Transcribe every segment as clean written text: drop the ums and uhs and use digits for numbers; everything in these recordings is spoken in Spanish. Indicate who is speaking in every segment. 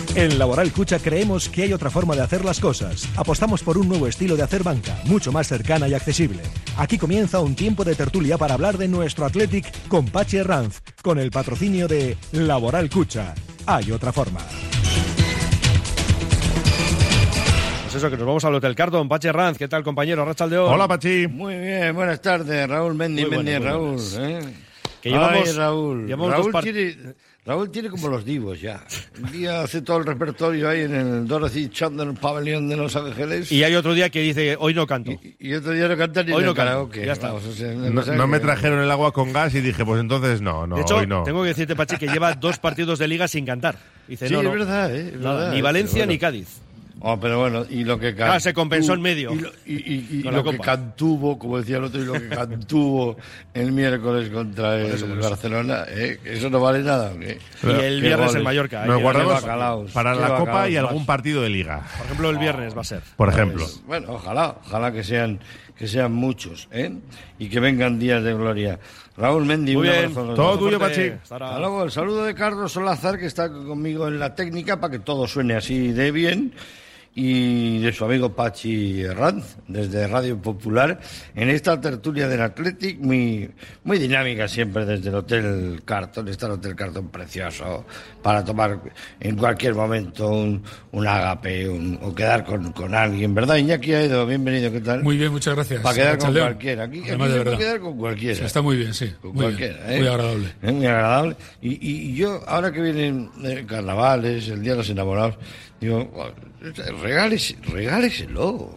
Speaker 1: En Laboral Cucha creemos que hay otra forma de hacer las cosas. Apostamos por un nuevo estilo de hacer banca, mucho más cercana y accesible. Aquí comienza un tiempo de tertulia para hablar de nuestro Athletic con Pachi Herranz, con el patrocinio de Laboral Cucha. Hay otra forma.
Speaker 2: Pues eso, que nos vamos al Hotel Carton. Pachi Herranz, ¿qué tal, compañero? Arratsaldeón.
Speaker 3: Hola, Pachi.
Speaker 4: Muy bien, buenas tardes, Raúl Mendy, Raúl.
Speaker 2: Que llevamos,
Speaker 4: Ay, Raúl.
Speaker 2: Raúl
Speaker 4: Raúl tiene como los divos ya. Un día hace todo el repertorio ahí en el Dorothy Chandler Pavilion de Los Ángeles.
Speaker 2: Y hay otro día que dice, hoy no canto.
Speaker 4: Y otro día no canta ni
Speaker 2: hoy
Speaker 4: en
Speaker 2: no
Speaker 4: el karaoke.
Speaker 2: Ya está.
Speaker 4: Vamos, o sea,
Speaker 3: no me trajeron el agua con gas y dije, pues entonces no,
Speaker 2: de hecho,
Speaker 3: hoy no.
Speaker 2: Tengo que decirte, Pachi, que lleva 2 partidos de Liga sin cantar. Dice,
Speaker 4: sí,
Speaker 2: no,
Speaker 4: es verdad, es verdad.
Speaker 2: Ni Valencia
Speaker 4: bueno.
Speaker 2: ni Cádiz.
Speaker 4: Oh, pero bueno, y lo que cantó...
Speaker 2: se compensó en medio.
Speaker 4: Y lo que cantuvo, como decía el otro, y lo que cantuvo el miércoles contra el Barcelona, eso no vale nada.
Speaker 2: Y el viernes en Mallorca.
Speaker 3: Nos guardamos
Speaker 4: bacalaos,
Speaker 3: para la Copa y algún partido de Liga.
Speaker 2: Por ejemplo, el viernes va a ser.
Speaker 3: Por ejemplo.
Speaker 4: Bueno, ojalá que sean muchos, y que vengan días de gloria. Raúl Mendy,
Speaker 2: muy bien.
Speaker 3: Todo tuyo, Pachi.
Speaker 4: Hasta luego. El saludo de Carlos Solazar, que está conmigo en la técnica, para que todo suene así de bien. Y de su amigo Pachi Herranz, desde Radio Popular, en esta tertulia del Athletic, muy dinámica siempre desde el Hotel Carton. Está el Hotel Carton precioso, para tomar en cualquier momento un agape, o quedar con alguien, ¿verdad? Iñaki Aedo, bienvenido, ¿qué tal?
Speaker 5: Muy bien, muchas gracias.
Speaker 4: Para quedar con cualquiera. Aquí se puede quedar con cualquiera.
Speaker 5: Sí, está muy bien, sí.
Speaker 4: Con
Speaker 5: muy
Speaker 4: cualquiera,
Speaker 5: bien. Muy agradable.
Speaker 4: Muy agradable. Y yo, ahora que vienen carnavales, el Día de los Enamorados, digo, regáleselo.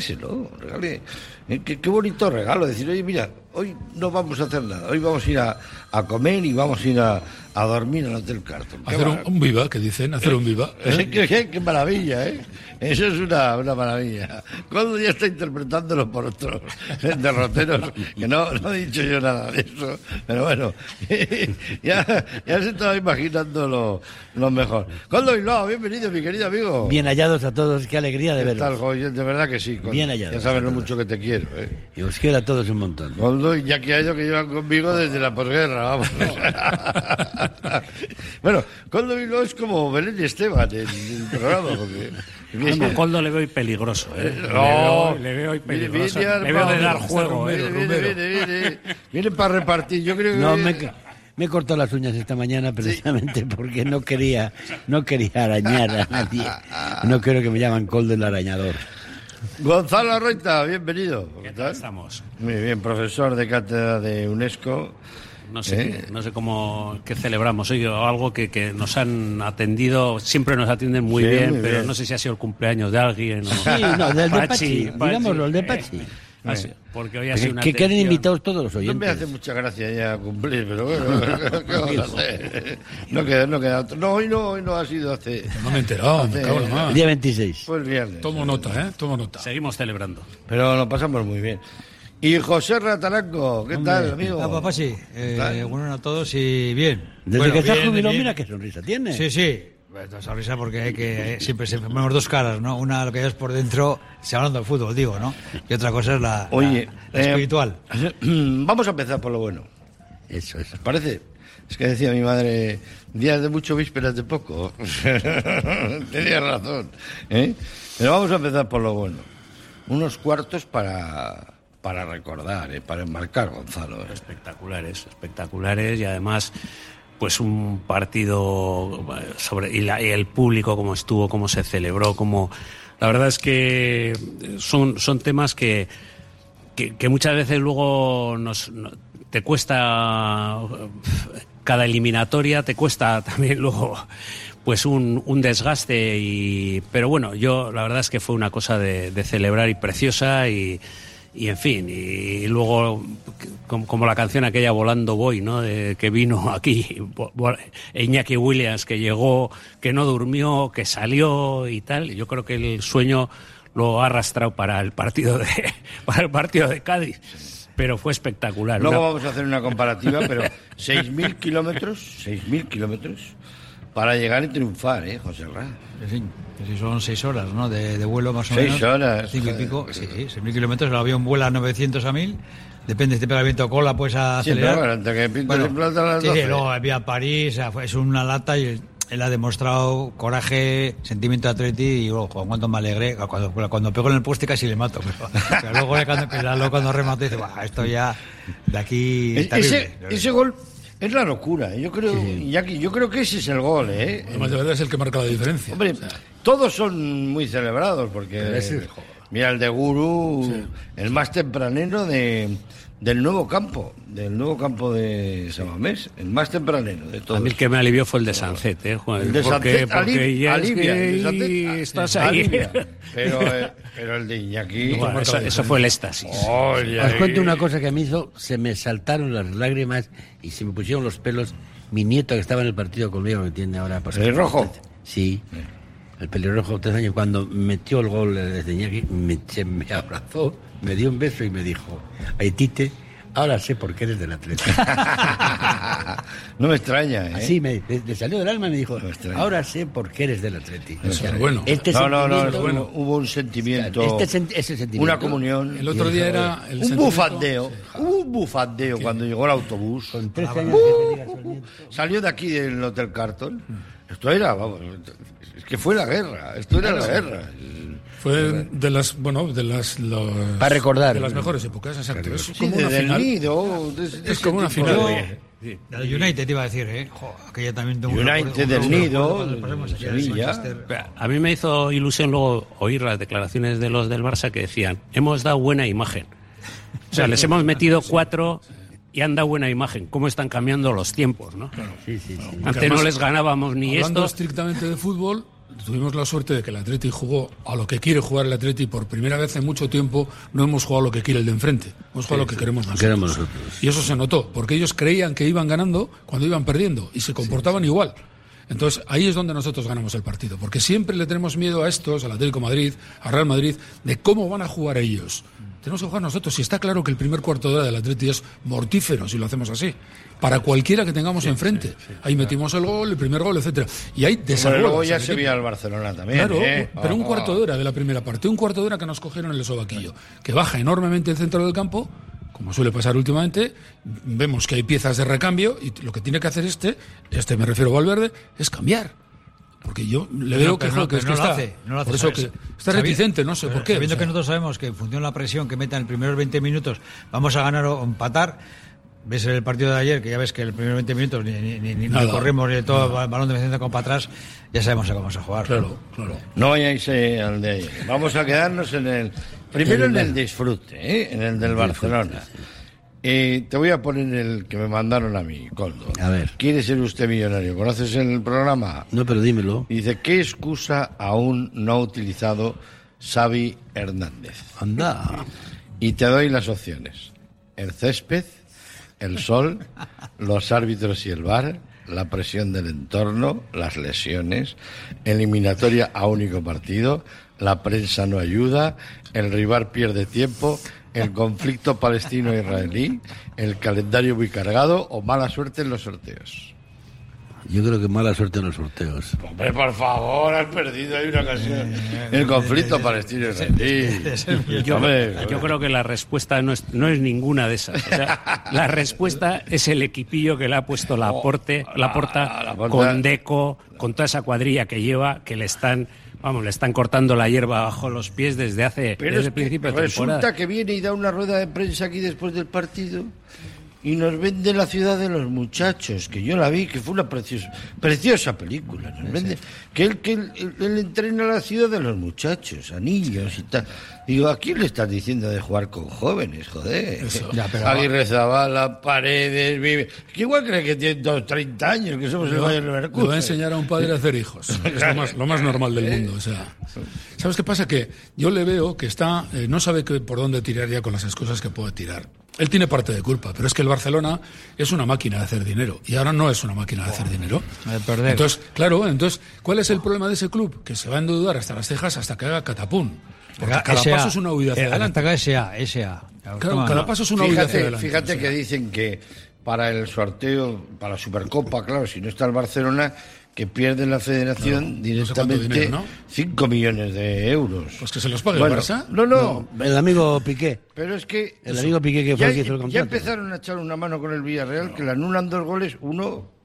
Speaker 4: Qué bonito regalo, decir, oye, mira, hoy no vamos a hacer nada, hoy vamos a ir a comer y vamos a ir a dormir al Hotel Carton.
Speaker 5: Hacer un viva, que dicen, hacer un viva.
Speaker 4: Qué maravilla, Eso es una maravilla. Cuando ya está interpretándolo por otros derroteros, que no he dicho yo nada de eso, pero bueno, ya se estaba imaginando lo mejor. Coldo Bilbao, bienvenido, mi querido amigo.
Speaker 6: Bien hallados a todos, qué alegría de verlos.
Speaker 4: ¿Qué tal, joven? De verdad que sí. Coldo.
Speaker 6: Bien hallados.
Speaker 4: Ya sabes lo mucho que te quiero,
Speaker 6: Y os quiero a todos un montón.
Speaker 4: Coldo y Iñaki Aedo, que llevan conmigo desde la posguerra, vamos. Bueno, Coldo Bilbao es como Belén y Esteban en el programa, porque...
Speaker 7: A Coldo le veo hoy peligroso,
Speaker 4: No,
Speaker 7: le veo hoy peligroso.
Speaker 4: Viene
Speaker 7: le veo de dar juego,
Speaker 4: Viene para repartir, yo creo que...
Speaker 6: No, me he cortado las uñas esta mañana precisamente porque no quería arañar a nadie. No quiero que me llaman Coldo el arañador.
Speaker 4: Gonzalo Arroita, bienvenido.
Speaker 7: ¿Qué tal estamos?
Speaker 4: Muy bien, profesor de cátedra de UNESCO.
Speaker 7: No sé qué celebramos hoy, o algo que nos han atendido, siempre nos atienden muy bien, pero bien. No sé si ha sido el cumpleaños de alguien.
Speaker 6: Sí, no, del de Pachi, digámoslo, el de Pachi.
Speaker 7: Porque hoy ha sido una
Speaker 6: que queden invitados todos los oyentes.
Speaker 4: No me hace mucha gracia ya cumplir, pero bueno, ¿qué vamos a hacer? No queda otro. No, hoy no ha sido hace...
Speaker 5: No me he enterado, me cago en la mano.
Speaker 6: El día 26.
Speaker 4: Fue el viernes.
Speaker 5: Tomo nota, tomo nota.
Speaker 7: Seguimos celebrando.
Speaker 4: Pero lo pasamos muy bien. Y José Rataranco, ¿qué tal, amigo?
Speaker 8: Papá, sí. Bueno a todos y bien.
Speaker 6: Desde que estás jubilado, mira qué sonrisa tiene.
Speaker 8: Sí. Esta sonrisa porque hay que siempre vemos dos caras, ¿no? Una lo que es por dentro, si hablando del fútbol, digo, ¿no? Y otra cosa es la espiritual.
Speaker 4: Vamos a empezar por lo bueno.
Speaker 6: Eso.
Speaker 4: ¿Os parece? Es que decía mi madre, días de mucho, vísperas de poco. Tenía razón. Pero vamos a empezar por lo bueno. Unos cuartos para recordar, para enmarcar, Gonzalo.
Speaker 7: Espectaculares y además pues un partido y el público cómo estuvo, cómo se celebró, la verdad es que son temas que muchas veces luego te cuesta cada eliminatoria, te cuesta también luego pues un desgaste pero bueno, la verdad es que fue una cosa de celebrar y preciosa y en fin, y luego como la canción aquella Volando Voy, ¿no? Que vino aquí Iñaki Williams, que llegó, que no durmió, que salió y tal, y yo creo que el sueño lo ha arrastrado para el partido de Cádiz, pero fue espectacular.
Speaker 4: Luego vamos a hacer una comparativa, pero 6.000 kilómetros para llegar y triunfar, José Ra.
Speaker 8: Sí, son 6 horas, ¿no? De vuelo más o menos.
Speaker 4: 6 horas.
Speaker 8: 5 y pico, sí, 6.000 kilómetros. El avión vuela a 900 a 1.000. Depende, si te pega el viento cola, pues a acelerar.
Speaker 4: Sí, pero antes que pintas en plata a las 12.
Speaker 8: Sí, luego había París, es una lata y él ha demostrado coraje, sentimiento de atleti y luego cuando me alegré, cuando pego en el poste casi le mato, pero luego cuando remato dice, esto ya de aquí
Speaker 4: ese gol es la locura. Yo creo, Iñaki, yo creo que ese es el gol,
Speaker 5: Además, de verdad es el que marca la diferencia.
Speaker 4: Hombre, todos son muy celebrados porque mira el de Guru, el más tempranero del nuevo campo de San Mamés, el más tempranero de todos.
Speaker 7: A mí el que me alivió fue el de Sancet, Juan.
Speaker 4: El de Sancet
Speaker 7: alivia, estás ahí.
Speaker 4: Pero el de Iñaki...
Speaker 7: Bueno, eso fue el éxtasis.
Speaker 6: Os cuento una cosa que me hizo, se me saltaron las lágrimas y se me pusieron los pelos. Mi nieto que estaba en el partido conmigo, que tiene ahora... Pues,
Speaker 4: ¿El rojo?
Speaker 6: Sí. El pelirrojo, 3 años, cuando metió el gol de Iñaki, se me abrazó, me dio un beso y me dijo, ay, Tite, ahora sé por qué eres del Atlético.
Speaker 4: No me extraña,
Speaker 6: Así le salió del alma y me dijo, ahora sé por qué eres del Atlético.
Speaker 5: Eso es bueno.
Speaker 4: Hubo un sentimiento,
Speaker 6: ese sentimiento,
Speaker 4: una comunión.
Speaker 5: El otro día era
Speaker 4: un bufandeo. Hubo un bufandeo cuando llegó el autobús.
Speaker 6: Con 13 años
Speaker 4: salió de aquí del Hotel Carlton. Esto era, vamos, es que fue la guerra. Esto era la guerra.
Speaker 5: Fue de las
Speaker 6: para recordar,
Speaker 5: de las mejores épocas, exacto. Es
Speaker 4: como una final.
Speaker 5: Es como una final.
Speaker 8: El United iba a decir, aquella también
Speaker 4: United del Nido, Sevilla.
Speaker 7: A mí me hizo ilusión luego oír las declaraciones de los del Barça que decían, hemos dado buena imagen. O sea, les hemos metido 4 y han dado buena imagen. Cómo están cambiando los tiempos, ¿no?
Speaker 6: Sí.
Speaker 7: Antes
Speaker 5: además,
Speaker 7: no les ganábamos ni
Speaker 5: hablando
Speaker 7: esto.
Speaker 5: Estrictamente de fútbol, tuvimos la suerte de que el Atleti jugó a lo que quiere jugar el Atleti. Por primera vez en mucho tiempo no hemos jugado a lo que quiere el de enfrente, hemos jugado a lo que queremos nosotros. Y eso se notó, porque ellos creían que iban ganando cuando iban perdiendo y se comportaban igual. Entonces ahí es donde nosotros ganamos el partido, porque siempre le tenemos miedo a estos, al Atlético de Madrid, al Real Madrid, de cómo van a jugar ellos. Tenemos que jugar nosotros. Y está claro que el primer cuarto de hora del Atleti es mortífero si lo hacemos así. Para cualquiera que tengamos enfrente. Ahí metimos el gol, el primer gol, etcétera. Y hay desarrollo.
Speaker 4: Luego ya se veía el Barcelona también.
Speaker 5: Claro, pero un cuarto de hora de la primera parte. Un cuarto de hora que nos cogieron el sobaquillo. Que baja enormemente el centro del campo, como suele pasar últimamente. Vemos que hay piezas de recambio y lo que tiene que hacer me refiero a Valverde, es cambiar. Porque yo le veo que por eso que está reticente, no sé por qué.
Speaker 8: Sabiendo que nosotros sabemos que en función de la presión que meta en los primeros 20 minutos vamos a ganar o empatar. Ves el partido de ayer, que ya ves que en los primeros 20 minutos ni corrimos, ni todo el balón de centro como para atrás, ya sabemos que vamos a jugar.
Speaker 5: Claro.
Speaker 4: No vayáis al de ayer. Vamos a quedarnos en el disfrute, en el del Barcelona. Te voy a poner el que me mandaron a mí, Coldo.
Speaker 6: A ver.
Speaker 4: ¿Quiere ser usted millonario? ¿Conoces el programa?
Speaker 6: No, pero dímelo.
Speaker 4: Dice, ¿qué excusa aún no ha utilizado Xavi Hernández?
Speaker 6: Anda.
Speaker 4: Y te doy las opciones. El césped, el sol, los árbitros y el VAR, la presión del entorno, las lesiones, eliminatoria a único partido, la prensa no ayuda, el rival pierde tiempo, el conflicto palestino-israelí, el calendario muy cargado o mala suerte en los sorteos.
Speaker 6: Yo creo que mala suerte en los sorteos.
Speaker 4: Hombre, por favor, has perdido ahí una ocasión. El conflicto palestino-israelí.
Speaker 7: Yo creo que la respuesta no es ninguna de esas. O sea, la respuesta es el equipillo que le ha puesto Laporta con Deco, con toda esa cuadrilla que lleva, que le están cortando la hierba bajo los pies desde el principio de temporada.
Speaker 4: Resulta que viene y da una rueda de prensa aquí después del partido y nos vende La ciudad de los muchachos, que yo la vi, que fue una preciosa película. Nos vende que él entrena la ciudad de los muchachos, a niños y tal. Digo, ¿a quién le estás diciendo de jugar con jóvenes, joder? Aguirre Zabala, Paredes, Vive... Que igual cree que tiene 30 años, que somos el Bayern Leverkusen.
Speaker 5: Le va a enseñar a un padre a hacer hijos. Es lo más normal del mundo. O sea, ¿sabes qué pasa? Que yo le veo que no sabe por dónde tirar ya con las excusas que puede tirar. Él tiene parte de culpa, pero es que el Barcelona es una máquina de hacer dinero y ahora no es una máquina de hacer dinero. Entonces, ¿cuál es el problema de ese club? Que se va a endeudar hasta las cejas hasta que haga catapún. Porque cada paso es una huida hacia adelante.
Speaker 8: SA.
Speaker 5: Claro, cada paso es una huida hacia adelante.
Speaker 4: Fíjate que dicen que para el sorteo, para la Supercopa, claro, si no está el Barcelona, que pierde la federación directamente no sé dinero, ¿no? 5 millones de euros.
Speaker 5: Pues que se los pague el Barça.
Speaker 4: No.
Speaker 6: El amigo Piqué.
Speaker 4: Pero es que...
Speaker 6: El amigo Piqué que fue el que hizo el contrato.
Speaker 4: Ya empezaron a echar una mano con el Villarreal, que le anulan 2 goles, uno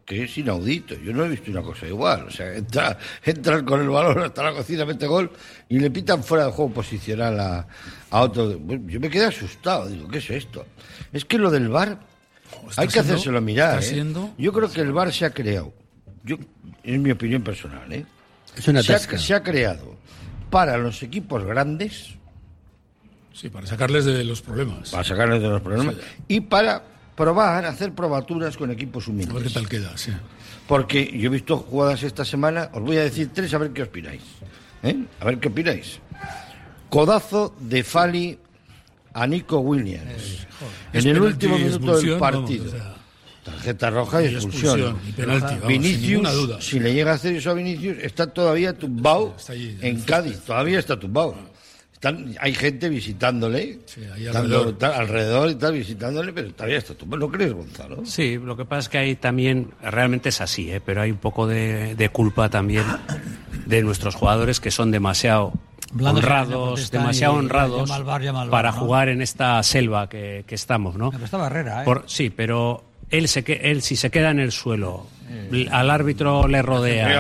Speaker 4: que es inaudito. Yo no he visto una cosa igual. O sea, entran con el balón hasta la cocina, mete gol y le pitan fuera de juego posicional a otro. Yo me quedé asustado. Digo, ¿qué es esto? Es que lo del VAR hay que hacérselo mirar. Yo creo que el VAR se ha creado. Es mi opinión personal.
Speaker 6: Es una tasca.
Speaker 4: Se ha creado para los equipos grandes.
Speaker 5: Sí, para sacarles de los problemas.
Speaker 4: Para sacarles de los problemas. Sí. Y para hacer probaturas con equipos humildes.
Speaker 5: A ver qué tal queda, sí.
Speaker 4: Porque yo he visto jugadas esta semana, os voy a decir 3 a ver qué opináis. A ver qué opináis. Codazo de Fali a Nico Williams. En el último minuto del partido. Tarjeta roja y expulsión.
Speaker 5: Y penalti, vamos,
Speaker 4: Vinicius, si le llega a hacer eso a Vinicius, está todavía tumbado en Cádiz. Todavía está tumbado. Hay gente visitándole, alrededor y tal, visitándole, pero todavía está tumbado. ¿No crees, Gonzalo?
Speaker 7: Sí, lo que pasa es que hay también, realmente es así, pero hay un poco de culpa también de nuestros jugadores que son demasiado honrados para jugar en esta selva que estamos, ¿no?
Speaker 8: Pero esta barrera,
Speaker 7: Sí, pero él si se queda en el suelo, al árbitro le rodea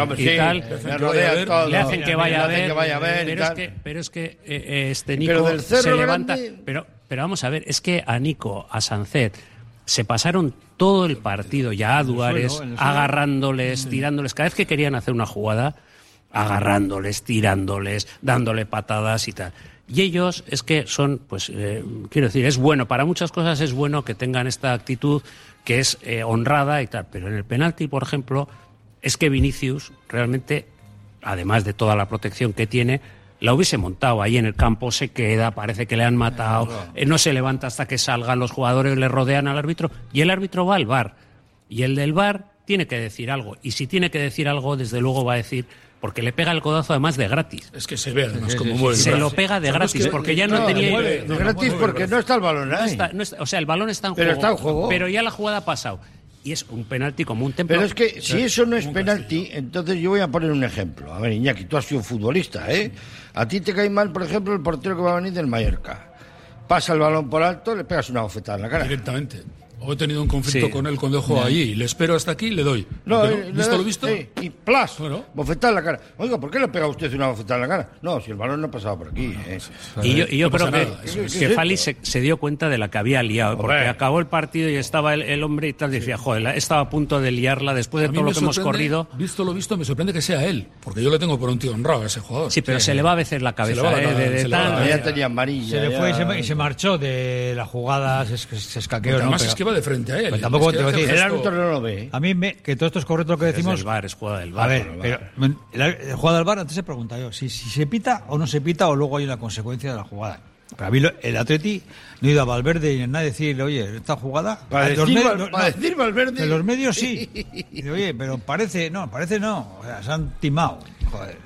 Speaker 7: le hacen que vaya a ver, pero es que este Nico se levanta, pero vamos a ver, es que a Nico, a Sancet se pasaron todo el partido ya a Duárez, agarrándoles, tirándoles, cada vez que querían hacer una jugada, agarrándoles, tirándoles, dándole patadas y tal. Y ellos es que son, pues, quiero decir, es bueno, para muchas cosas es bueno que tengan esta actitud que es honrada y tal, pero en el penalti, por ejemplo, es que Vinicius realmente, además de toda la protección que tiene, la hubiese montado ahí en el campo, se queda, parece que le han matado, no se levanta hasta que salgan los jugadores, le rodean al árbitro, y el árbitro va al VAR, y el del VAR tiene que decir algo, y si tiene que decir algo, desde luego va a decir... Porque le pega el codazo además de gratis.
Speaker 5: Es que se ve además como mueve.
Speaker 7: Se lo pega de gratis, porque ya no tenía...
Speaker 4: De gratis porque no está el balón ahí.
Speaker 7: O sea, el balón está en juego.
Speaker 4: Pero está en juego.
Speaker 7: Pero ya la jugada ha pasado. Y es un penalti como un templo.
Speaker 4: Pero es que si eso no es penalti, entonces yo voy a poner un ejemplo. A ver, Iñaki, tú has sido futbolista, A ti te cae mal, por ejemplo, el portero que va a venir del Mallorca. Pasa el balón por alto, le pegas una bofetada en la cara.
Speaker 5: Directamente. O he tenido un conflicto con él cuando juego allí. Le espero hasta aquí y le doy. ¿Visto lo visto?
Speaker 4: Sí, y ¡plas! Bueno. Bofetada en la cara. Oiga, ¿por qué le pega a usted una bofetada en la cara? No, si el balón no ha pasado por aquí.
Speaker 7: Y yo creo que Fali se dio cuenta de la que había liado. Porque acabó el partido y estaba el hombre y tal. Decía, joder, estaba a punto de liarla después de todo lo que hemos corrido.
Speaker 5: Visto lo visto, me sorprende que sea él. Porque yo le tengo por un tío honrado a ese jugador.
Speaker 7: Sí, pero se le va a veces la cabeza.
Speaker 4: Ya tenía amarilla.
Speaker 8: Se le fue y se marchó de la jugada. Se escaqueó.
Speaker 5: Además es que va de frente a él.
Speaker 8: Tampoco te voy a decir,
Speaker 4: el árbitro no lo ve.
Speaker 8: A mí que todo esto es correcto lo que decimos.
Speaker 7: Es jugada del VAR.
Speaker 8: A ver, pero el jugada del VAR, antes se pregunta yo si se pita o no se pita o luego hay una consecuencia de la jugada. Para mí el Atleti no ha ido a Valverde y a nadie decirle, oye, esta jugada...
Speaker 4: Para decir Valverde...
Speaker 8: En los medios sí. Y dice, oye, pero parece no. O sea, se han timado. Joder.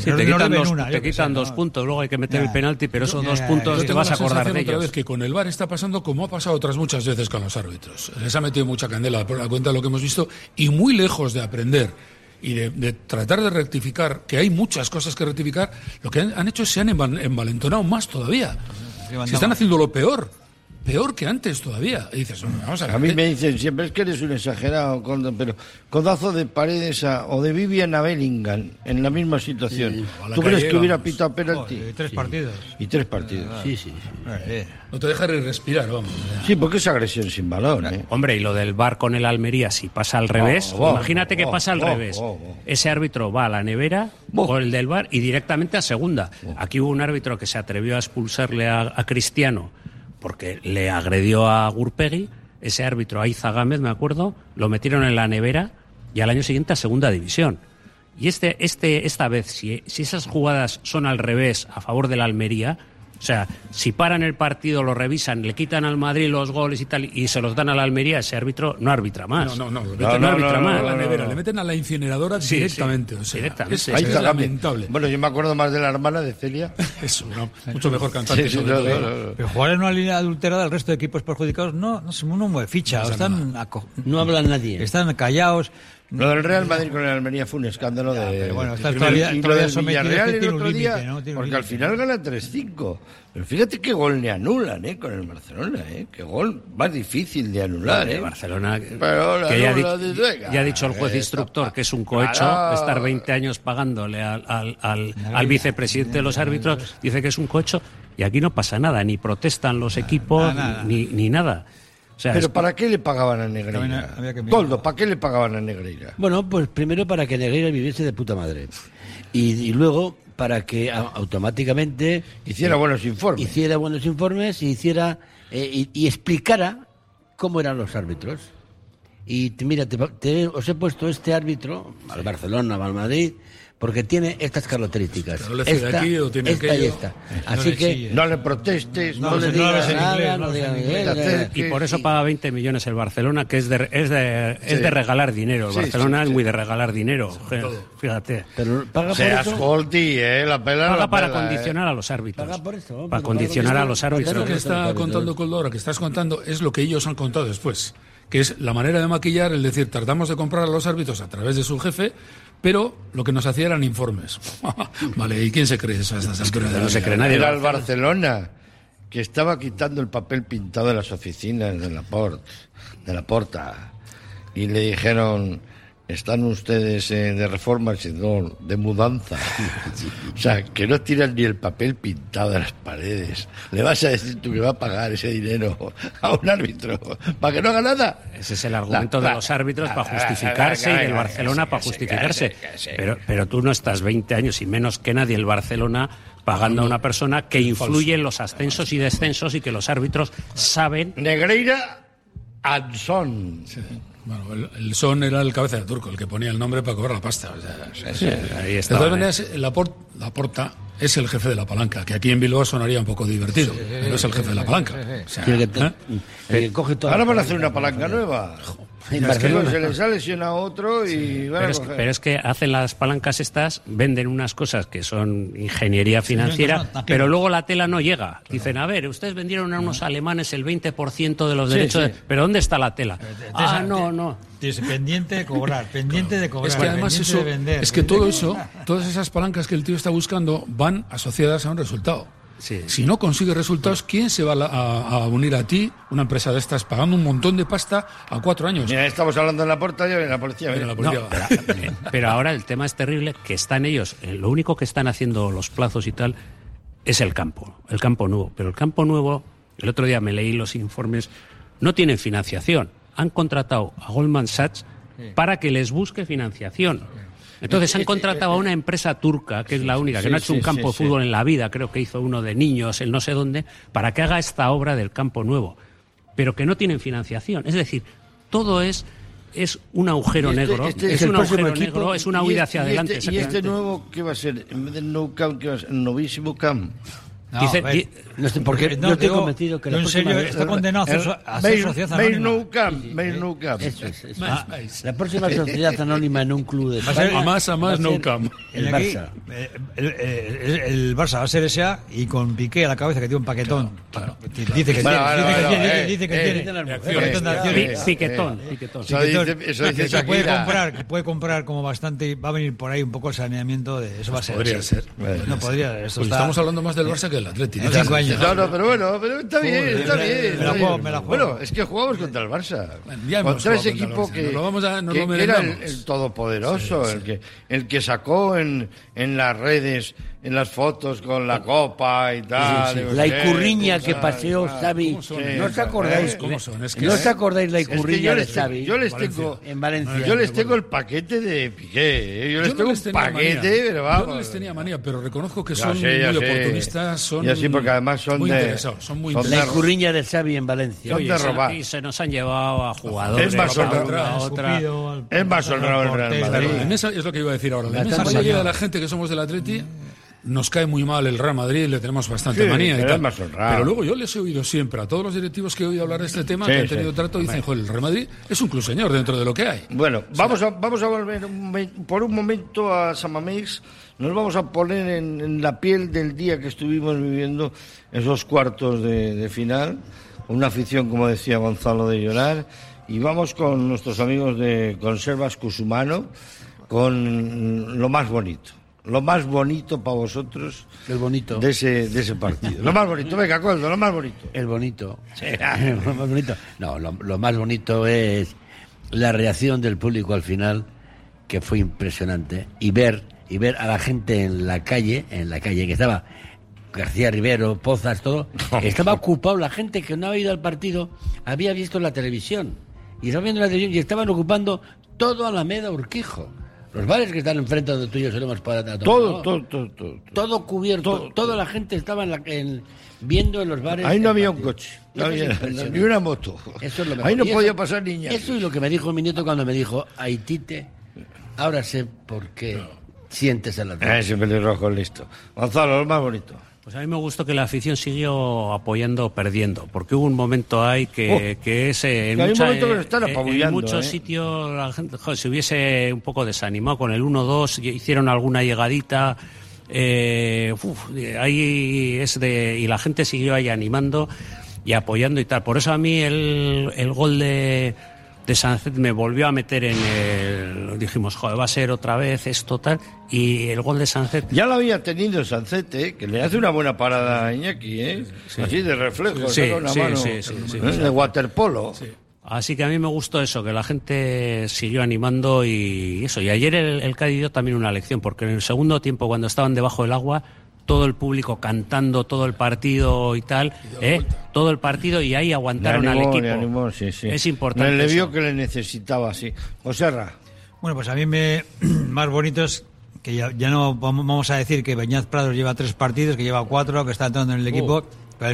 Speaker 7: Te quitan dos puntos, luego hay que meter el penalti, pero esos 2 puntos te vas a acordar de ellos.
Speaker 5: Otra vez que con el VAR está pasando como ha pasado otras muchas veces con los árbitros. Les ha metido mucha candela por la cuenta de lo que hemos visto y muy lejos de aprender y de tratar de rectificar, que hay muchas cosas que rectificar, lo que han hecho es se han envalentonado más todavía. Se están haciendo lo peor que antes todavía. Y dices, vamos a ver.
Speaker 4: A mí me dicen siempre es que eres un exagerado, pero codazo de Paredes o de Vivian a Bellingham en la misma situación. Sí, ¿tú crees que hubiera pitado penalti?
Speaker 8: Y 3 partidos.
Speaker 4: Y 3 partidos.
Speaker 6: Sí.
Speaker 5: No te deja respirar, vamos.
Speaker 4: Sí, porque es agresión sin balón.
Speaker 7: Hombre, y lo del VAR con el Almería, si pasa al revés, imagínate que pasa al revés. Ese árbitro va a la nevera con el del VAR y directamente a segunda. Aquí hubo un árbitro que se atrevió a expulsarle a Cristiano porque le agredió a Gurpegui, ese árbitro, Aiza Gámez, me acuerdo, lo metieron en la nevera y al año siguiente a segunda división. Y esta vez, si esas jugadas son al revés, a favor de la Almería, o sea, si paran el partido, lo revisan, le quitan al Madrid los goles y tal, y se los dan a la Almería, ese árbitro no arbitra más.
Speaker 5: No arbitra más. A la nevera, le meten a la incineradora directamente. O sea,
Speaker 7: directamente.
Speaker 5: Es lamentable.
Speaker 4: Bueno, yo me acuerdo más de la hermana de Celia.
Speaker 5: Eso, mucho mejor cantante.
Speaker 8: Pero jugar en una línea adulterada, el resto de equipos perjudicados no mueve ficha. No habla nadie. Están callados.
Speaker 4: Lo del Real Madrid con el Almería fue un escándalo
Speaker 8: pero bueno, está
Speaker 4: y
Speaker 8: todavía
Speaker 4: lo del
Speaker 8: sometido,
Speaker 4: Villarreal
Speaker 8: que
Speaker 4: el
Speaker 8: tiene un
Speaker 4: otro día,
Speaker 8: límite, ¿no? Tiene un
Speaker 4: porque al
Speaker 8: límite.
Speaker 4: final gana 3-5. Pero fíjate qué gol le anulan, con el Barcelona, qué gol más difícil de anular,
Speaker 7: El Barcelona,
Speaker 4: Pero
Speaker 7: que ya
Speaker 4: venga,
Speaker 7: ha dicho el juez instructor que es un cohecho,
Speaker 4: Claro.
Speaker 7: estar 20 años pagándole al vicepresidente de los árbitros, dice que es un cohecho, y aquí no pasa nada, ni protestan los equipos,
Speaker 8: nada.
Speaker 7: Ni nada. O sea,
Speaker 4: Pero ¿para qué le pagaban a Negreira?
Speaker 8: Había que mirar.
Speaker 4: Toldo, ¿para qué le pagaban a Negreira?
Speaker 6: Bueno, pues primero para que Negreira viviese de puta madre. Y luego para que automáticamente
Speaker 4: Hiciera buenos informes.
Speaker 6: hiciera buenos informes y hiciera y explicara cómo eran los árbitros. Y mira, os he puesto este árbitro al Barcelona, al Madrid, porque tiene estas características.
Speaker 5: Pero le de aquí o tiene
Speaker 6: esta y
Speaker 5: aquello.
Speaker 6: esta.
Speaker 8: No
Speaker 6: Así
Speaker 8: le
Speaker 6: que
Speaker 8: chilles.
Speaker 4: No le protestes, no,
Speaker 8: No,
Speaker 4: le
Speaker 8: no
Speaker 4: digas
Speaker 8: hablas en
Speaker 4: nada.
Speaker 8: inglés,
Speaker 6: no
Speaker 8: no
Speaker 6: digas
Speaker 8: hablas en
Speaker 6: inglés,
Speaker 4: inglés.
Speaker 7: y por eso paga 20 millones el Barcelona, que es de regalar dinero. El
Speaker 4: Sí,
Speaker 7: Barcelona
Speaker 4: sí,
Speaker 7: es
Speaker 4: sí.
Speaker 7: muy de regalar dinero. Fíjate.
Speaker 6: pero paga por
Speaker 4: Sea
Speaker 6: eso.
Speaker 4: escolti, la pela
Speaker 7: Paga
Speaker 4: la
Speaker 7: para
Speaker 4: pela,
Speaker 7: condicionar a los árbitros.
Speaker 6: Paga por eso,
Speaker 7: Para
Speaker 6: pues,
Speaker 7: condicionar a los
Speaker 5: Lo
Speaker 7: árbitros.
Speaker 5: que está contando Coldo ahora, que estás contando, es lo que ellos han contado después. Que es la manera de maquillar, el decir, tratamos de comprar a los árbitros a través de su jefe, pero lo que nos hacía eran informes. Vale, ¿y quién se cree eso a estas alturas de la
Speaker 7: no se
Speaker 5: vida?
Speaker 7: cree nadie.
Speaker 4: Era el Barcelona que estaba quitando el papel pintado de las oficinas de la Porta, y le dijeron: están ustedes de reforma, sino de mudanza. O sea, que no tiran ni el papel pintado de las paredes. Le vas a decir tú que va a pagar ese dinero a un árbitro para que no haga nada.
Speaker 7: Ese es el argumento de los árbitros para justificarse y del Barcelona para justificarse. Pero tú no estás 20 años y menos que nadie el Barcelona pagando a una persona que influye en los ascensos y descensos y que los árbitros saben.
Speaker 4: Negreira Anson.
Speaker 5: Sí. Bueno, el Son era el cabeza de turco, el que ponía el nombre para cobrar la pasta. O sea,
Speaker 7: Ahí
Speaker 5: de
Speaker 7: está.
Speaker 5: todas maneras, Laporta es el jefe de la palanca, que aquí en Bilbao sonaría un poco divertido, pero es el jefe de la palanca. O sea,
Speaker 6: El que,
Speaker 5: ¿eh?
Speaker 6: el que coge toda
Speaker 4: Ahora
Speaker 6: la
Speaker 4: van a hacer una palanca nueva.
Speaker 6: En
Speaker 4: Es que
Speaker 6: Barcelona.
Speaker 4: se les ha lesionado otro y van a coger.
Speaker 7: Pero es que hacen las palancas estas, venden unas cosas que son ingeniería financiera, pero luego la tela no llega. Dicen, a ver, ustedes vendieron a unos alemanes el 20% de los derechos, pero ¿dónde está la tela? No.
Speaker 8: Pendiente de cobrar, pendiente de cobrar.
Speaker 5: Es que además
Speaker 8: pendiente
Speaker 5: eso,
Speaker 8: de vender,
Speaker 5: es que
Speaker 8: pendiente
Speaker 5: todo
Speaker 8: de-
Speaker 5: eso, todas esas palancas que el tío está buscando van asociadas a un resultado.
Speaker 7: Sí.
Speaker 5: Si no consigue resultados, ¿quién se va a unir a ti, una empresa de estas, pagando un montón de pasta a 4 años?
Speaker 4: Mira, estamos hablando en la puerta, ya viene la policía.
Speaker 5: Mira,
Speaker 4: mira.
Speaker 5: la policía va.
Speaker 7: Pero ahora el tema es terrible, que están ellos, lo único que están haciendo los plazos y tal es el campo nuevo. Pero el campo nuevo, el otro día me leí los informes, no tienen financiación. Han contratado a Goldman Sachs para que les busque financiación. Entonces han contratado a una empresa turca, que es la única, que no ha hecho un campo de fútbol en la vida, creo que hizo uno de niños, el no sé dónde, para que haga esta obra del campo nuevo. Pero que no tienen financiación. Es decir, todo es un agujero negro, es un agujero negro, es una huida hacia adelante.
Speaker 4: ¿Y este
Speaker 7: exactamente.
Speaker 4: nuevo qué va a ser? En vez del Nou Camp, ¿qué va a ser? ¿El novísimo Camp?
Speaker 8: No,
Speaker 7: Dice-
Speaker 8: a ver,
Speaker 7: di-
Speaker 6: No sé, porque yo estoy convencido que la
Speaker 8: en serio,
Speaker 6: próxima vez-
Speaker 8: está condenado a ser sociedad
Speaker 4: Mail
Speaker 8: anónima.
Speaker 4: Nou Camp, Mail Nou Camp.
Speaker 6: Eso es. La próxima sociedad anónima en un club de
Speaker 8: Va a ser-
Speaker 6: España
Speaker 5: A más,
Speaker 6: va a
Speaker 5: no
Speaker 6: ser
Speaker 5: camp.
Speaker 6: El
Speaker 8: Aquí,
Speaker 6: Barça.
Speaker 8: el Barça va a ser SA y con Piqué a la cabeza que tiene un paquetón. Dice que
Speaker 4: Bueno,
Speaker 8: dice que
Speaker 4: bueno,
Speaker 8: tiene un
Speaker 4: eh,
Speaker 8: paquetón de acciones.
Speaker 7: Piquetón.
Speaker 4: Eso dice
Speaker 8: Que puede
Speaker 4: Shakira.
Speaker 8: comprar como bastante y va a venir por ahí un poco el saneamiento de eso va a ser.
Speaker 5: Podría
Speaker 8: sí.
Speaker 5: ser.
Speaker 8: No podría, esto
Speaker 5: Pues
Speaker 8: está
Speaker 5: estamos hablando más del Barça que del Atlético.
Speaker 8: en 5 años.
Speaker 4: No, pero bueno, pero está bien, está bien.
Speaker 8: Me la juego.
Speaker 4: Bueno, es que jugamos contra el Barça.
Speaker 5: Ya hemos
Speaker 4: Contra ese
Speaker 5: jugado contra el
Speaker 4: equipo
Speaker 5: Barça.
Speaker 4: que,
Speaker 5: Nos lo vamos a- nos
Speaker 4: que
Speaker 5: lo
Speaker 4: era
Speaker 5: merendamos.
Speaker 4: el todopoderoso, el que sacó en las redes, en las fotos con la copa y tal. y no
Speaker 6: La
Speaker 4: sé,
Speaker 6: icurriña que
Speaker 4: tal,
Speaker 6: paseó
Speaker 4: tal.
Speaker 6: Xavi.
Speaker 5: ¿Cómo son?
Speaker 6: ¿No os acordáis?
Speaker 5: ¿Cómo son? Es que-
Speaker 6: ¿No os acordáis la
Speaker 4: Es que
Speaker 6: icurriña de Xavi?
Speaker 4: yo les tengo
Speaker 6: En Valencia.
Speaker 4: Yo les tengo el paquete de Piqué. Yo les
Speaker 5: no
Speaker 4: tengo
Speaker 5: les
Speaker 4: un
Speaker 5: tenía
Speaker 4: paquete,
Speaker 5: manía.
Speaker 4: pero
Speaker 5: Yo
Speaker 4: vamos.
Speaker 5: no les tenía manía, pero reconozco que
Speaker 4: Ya
Speaker 5: son
Speaker 4: sé, ya
Speaker 5: muy
Speaker 4: sé.
Speaker 5: oportunistas, son
Speaker 4: Ya sí, porque además son
Speaker 5: muy
Speaker 4: de-
Speaker 5: interesados, son muy
Speaker 4: son de-
Speaker 6: La
Speaker 5: interesados.
Speaker 6: icurriña de Xavi en Valencia.
Speaker 4: Son de robar.
Speaker 7: Y se nos han llevado a jugadores.
Speaker 4: Es más
Speaker 7: a
Speaker 4: honrado.
Speaker 7: una a otra.
Speaker 4: Es más honrado el Real
Speaker 5: Claro,
Speaker 4: Madrid.
Speaker 5: la inmensa- es lo que iba a decir ahora. La
Speaker 6: La
Speaker 5: inmensa
Speaker 6: estamos
Speaker 5: mayoría de
Speaker 6: sacando.
Speaker 5: la gente que somos del Atleti nos cae muy mal el Real Madrid, le tenemos bastante
Speaker 4: Sí,
Speaker 5: manía y
Speaker 4: pero
Speaker 5: tal.
Speaker 4: es más honrado.
Speaker 5: Pero luego yo les he oído siempre a todos los directivos que he oído hablar de este tema,
Speaker 4: Sí,
Speaker 5: que han
Speaker 4: sí.
Speaker 5: tenido trato, dicen, joder, el Real Madrid es un club señor dentro de lo que hay.
Speaker 4: Bueno, vamos a volver por un momento a Samamés. Nos vamos a poner en la piel del día que estuvimos viviendo esos cuartos de final. Una afición, como decía Gonzalo, de llorar. y vamos con nuestros amigos de Conservas Cusumano con lo más bonito. Lo más bonito para vosotros
Speaker 6: el bonito
Speaker 4: de ese partido. Lo más bonito, venga, Coldo, lo más bonito.
Speaker 6: El bonito. Lo más bonito. No, lo más bonito es la reacción del público al final, que fue impresionante, y ver a la gente en la calle, que estaba García Rivero, Pozas, todo, estaba ocupado, la gente que no había ido al partido había visto la televisión, y estaban ocupando todo Alameda Urquijo. Los bares que están enfrente de tuyos se lo hemos parado. Todo cubierto. Toda la gente estaba viendo en los bares.
Speaker 4: Ahí no había un coche, ni una moto.
Speaker 6: Eso es lo mejor.
Speaker 4: Ahí no podía pasar niña.
Speaker 6: Eso es lo que me dijo mi nieto cuando me dijo, Aitite, ahora sé por qué sientes el Atlético.
Speaker 4: Ese pelirrojo listo. Gonzalo, lo más bonito.
Speaker 7: Pues a mí me gustó que la afición siguió apoyando, perdiendo, porque hubo un momento ahí que es en muchos sitios la gente se hubiese un poco desanimado con el 1-2, hicieron alguna llegadita, ahí y la gente siguió ahí animando y apoyando y tal. Por eso a mí el gol de Sánchez me volvió a meter dijimos, joder, va a ser otra vez esto tal, y el gol de Sánchez
Speaker 4: ya lo había tenido Sánchez, que le hace una buena parada a Iñaki,
Speaker 7: sí.
Speaker 4: Así de reflejo,
Speaker 7: sí,
Speaker 4: una mano de waterpolo.
Speaker 7: Sí. Así que a mí me gustó eso, que la gente siguió animando y eso. Y ayer el Cádiz dio también una lección, porque en el segundo tiempo, cuando estaban debajo del agua, todo el público cantando todo el partido y tal, todo el partido, y ahí aguantaron al equipo.
Speaker 4: Animó, sí.
Speaker 7: Es importante.
Speaker 4: Le vio que le necesitaba, sí. Joserra.
Speaker 8: Bueno, pues a mí más bonito es que ya no vamos a decir que Beñat Prados lleva 3 partidos, que lleva 4, que está entrando en el equipo. Pero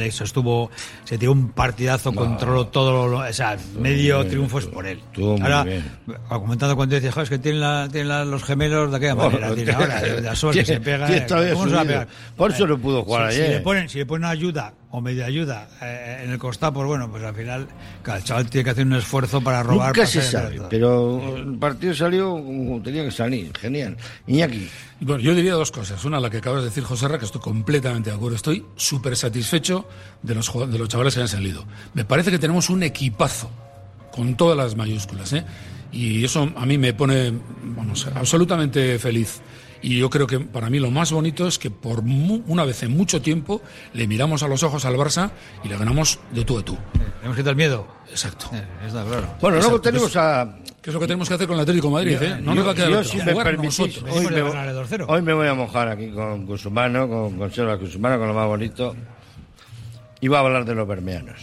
Speaker 8: se tiró un partidazo, controló todo, medio triunfo es por él. Ahora, comentando cuando dices, es que tienen los gemelos de aquella manera, de las sobas que se pegan. ¿Cómo se va a pegar?
Speaker 4: Por eso no pudo jugar ayer.
Speaker 8: Si le ponen ayuda o media ayuda en el costado, pues bueno, pues al final el chaval tiene que hacer un esfuerzo para robar.
Speaker 4: Nunca se sabe, pero el partido salió como tenía que salir. Genial. Iñaki.
Speaker 5: Bueno, yo diría 2 cosas. Una, la que acabas de decir, Joserra, que estoy completamente de acuerdo. Estoy súper satisfecho de los chavales que han salido. Me parece que tenemos un equipazo, con todas las mayúsculas, y eso a mí me pone, absolutamente feliz. Y yo creo que para mí lo más bonito es que por una vez en mucho tiempo le miramos a los ojos al Barça y le ganamos de tú a tú.
Speaker 8: Tenemos que tener miedo.
Speaker 5: Exacto.
Speaker 8: Está claro.
Speaker 4: Bueno, luego tenemos
Speaker 5: ¿Qué es lo que tenemos que hacer con el Atlético de Madrid? No nos va a quedar
Speaker 4: si me permitís, hoy me voy a mojar aquí con Cusumano, con Conservas Cusumano, con lo más bonito. Y voy a hablar de los bermeanos.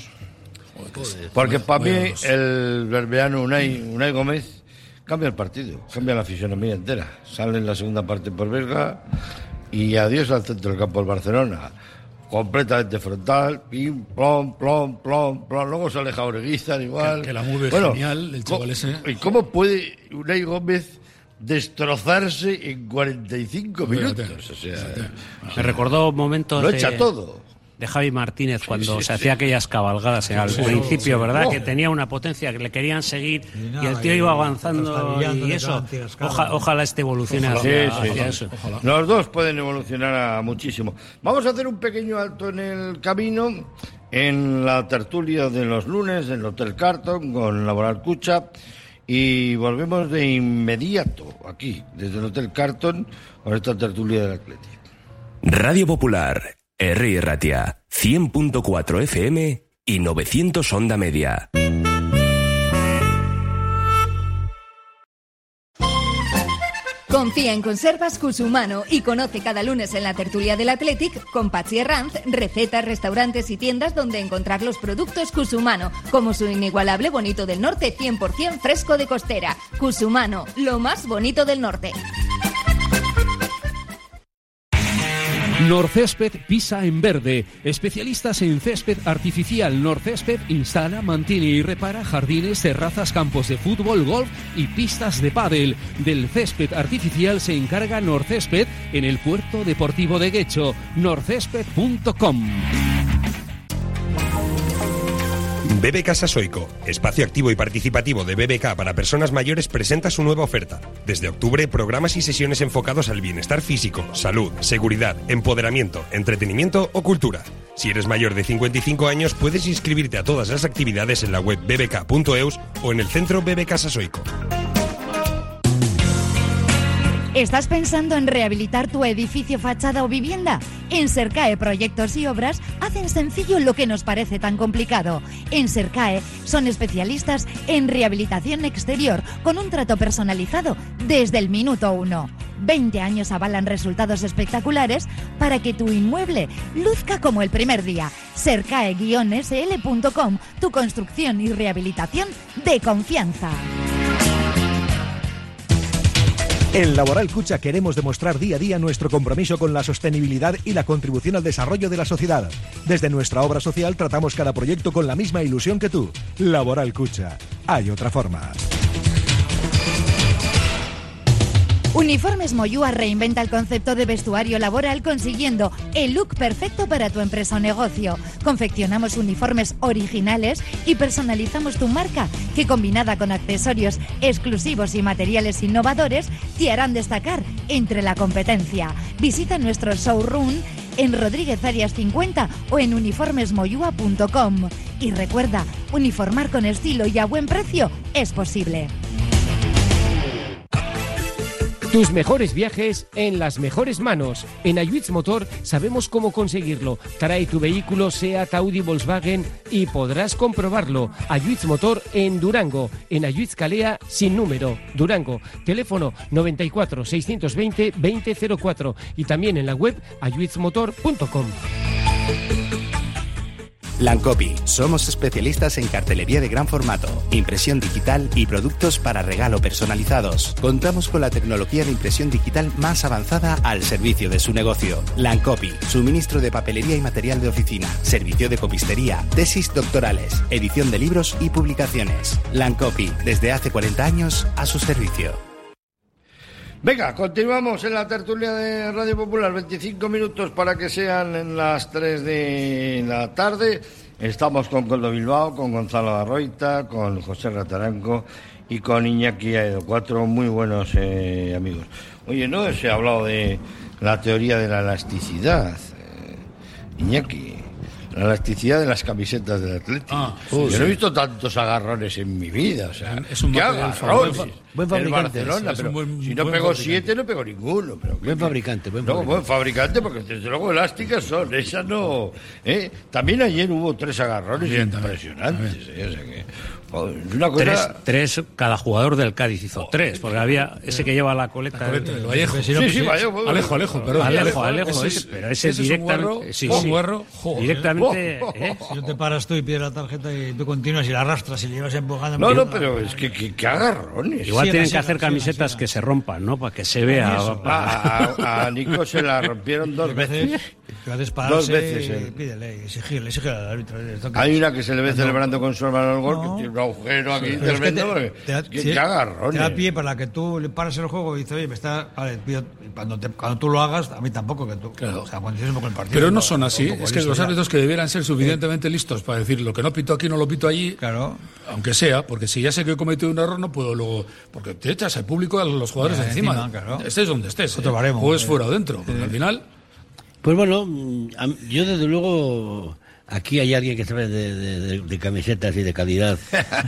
Speaker 4: Porque para mí el bermeano Unai Gómez cambia el partido, cambia la fisonomía entera. Sale en la segunda parte por Berga y adiós al centro del campo del Barcelona. Completamente frontal, pim, plom. Luego se aleja Oreguizar igual.
Speaker 5: Que la mueve genial el chaval ese.
Speaker 4: ¿Y cómo puede Unai Gómez destrozarse en 45 minutos?
Speaker 7: Me recordó momentos
Speaker 4: lo echa todo.
Speaker 7: De Javi Martínez cuando se hacía aquellas cabalgadas al principio, ¿verdad? Que tenía una potencia, que le querían seguir y el tío iba avanzando y eso. Ojalá evolucione hacia eso.
Speaker 4: Ojalá. Los dos pueden evolucionar muchísimo. Vamos a hacer un pequeño alto en el camino, en la tertulia de los lunes, en el Hotel Carton, con Laboral Cucha, y volvemos de inmediato aquí, desde el Hotel Carton, con esta tertulia del Atlético.
Speaker 9: Radio Popular. Herri Ratia, 100.4 FM y 900 onda media.
Speaker 10: Confía en Conservas Cusumano y conoce cada lunes en la tertulia del Athletic con Patxi Herranz recetas, restaurantes y tiendas donde encontrar los productos Cusumano, como su inigualable bonito del norte 100% fresco de costera. Cusumano, lo más bonito del norte.
Speaker 11: Norcésped pisa en verde. Especialistas en césped artificial. Norcésped instala, mantiene y repara jardines, terrazas, campos de fútbol, golf y pistas de pádel. Del césped artificial se encarga Norcésped en el Puerto Deportivo de Guecho. norcésped.com.
Speaker 12: BB Casa Soico, espacio activo y participativo de BBK para personas mayores, presenta su nueva oferta. Desde octubre, programas y sesiones enfocados al bienestar físico, salud, seguridad, empoderamiento, entretenimiento o cultura. Si eres mayor de 55 años, puedes inscribirte a todas las actividades en la web bbk.eus o en el centro BB Casa Soico.
Speaker 10: ¿Estás pensando en rehabilitar tu edificio, fachada o vivienda? En Sercae Proyectos y Obras hacen sencillo lo que nos parece tan complicado. En Sercae son especialistas en rehabilitación exterior con un trato personalizado desde el minuto 1. 20 años avalan resultados espectaculares para que tu inmueble luzca como el primer día. Sercae-sl.com, tu construcción y rehabilitación de confianza.
Speaker 1: En Laboral Cucha queremos demostrar día a día nuestro compromiso con la sostenibilidad y la contribución al desarrollo de la sociedad. Desde nuestra obra social tratamos cada proyecto con la misma ilusión que tú. Laboral Cucha. Hay otra forma.
Speaker 10: Uniformes Moyúa reinventa el concepto de vestuario laboral consiguiendo el look perfecto para tu empresa o negocio. Confeccionamos uniformes originales y personalizamos tu marca, que combinada con accesorios exclusivos y materiales innovadores te harán destacar entre la competencia. Visita nuestro showroom en Rodríguez Arias 50 o en uniformesmoyua.com. Y recuerda, uniformar con estilo y a buen precio es posible.
Speaker 13: Tus mejores viajes en las mejores manos. En Ayuitz Motor sabemos cómo conseguirlo. Trae tu vehículo Seat, Audi, Volkswagen y podrás comprobarlo. Ayuitz Motor en Durango. En Ayuitz Calea sin número. Durango. Teléfono 94 620 2004 y también en la web ayuitzmotor.com.
Speaker 14: Lancopy. Somos especialistas en cartelería de gran formato, impresión digital y productos para regalo personalizados. Contamos con la tecnología de impresión digital más avanzada al servicio de su negocio. Lancopy. Suministro de papelería y material de oficina, servicio de copistería, tesis doctorales, edición de libros y publicaciones. Lancopy. Desde hace 40 años a su servicio.
Speaker 4: Venga, continuamos en la tertulia de Radio Popular, 25 minutos para que sean las 3 de la tarde. Estamos con Coldo Bilbao, con Gonzalo Arroita, con José Rataranco y con Iñaki Aedo, 4 muy buenos amigos. Oye, no se ha hablado de la teoría de la elasticidad, Iñaki. La elasticidad de las camisetas del Atlético. Yo no he visto tantos agarrones en mi vida. O sea,
Speaker 5: es un
Speaker 4: ¿qué
Speaker 5: agarrones?
Speaker 6: Buen fabricante.
Speaker 4: El Barcelona, pero si no pegó 7, no pegó ninguno. Pero
Speaker 6: buen fabricante.
Speaker 4: Buen fabricante, porque desde luego elásticas son. Esas no. También ayer hubo 3 agarrones impresionantes. O sea que, una cosa...
Speaker 7: tres, cada jugador del Cádiz hizo 3, porque había ese que lleva la coleta.
Speaker 5: El Vallejo. Alejo, perdón.
Speaker 7: Alejo, pero ese directamente. Directamente.
Speaker 8: Si no te paras tú y pides la tarjeta y tú continúas y la arrastras y le llevas empujando.
Speaker 4: No, pero es que agarrones.
Speaker 7: Igual tienen que hacer camisetas que se rompan, ¿no? Para que se vea.
Speaker 4: A Nico se la rompieron 2 veces.
Speaker 8: Gracias para
Speaker 4: 2 veces.
Speaker 8: Pídele, exigirle al árbitro.
Speaker 4: Hay una que se le ve celebrando con su hermano el gol, que tiene un agujero aquí tremendo. ¿Qué agarrones?
Speaker 8: Te da pie para que tú le pares el juego y dices, oye, me está. Vale, cuando tú lo hagas, a mí tampoco, que tú.
Speaker 5: Claro.
Speaker 8: O sea, cuando tienes un poco el partido.
Speaker 5: Pero no son así. Es que los árbitros que debieran ser suficientemente listos para decir lo que no pito aquí, no lo pito allí.
Speaker 8: Claro.
Speaker 5: Aunque sea, porque si ya sé que he cometido un error, no puedo luego. Porque te echas al público, a los jugadores encima.
Speaker 8: Claro.
Speaker 5: Estés donde estés.
Speaker 8: O
Speaker 5: es fuera o dentro. Porque al final.
Speaker 6: Pues bueno, yo desde luego, aquí hay alguien que sabe de camisetas y de calidad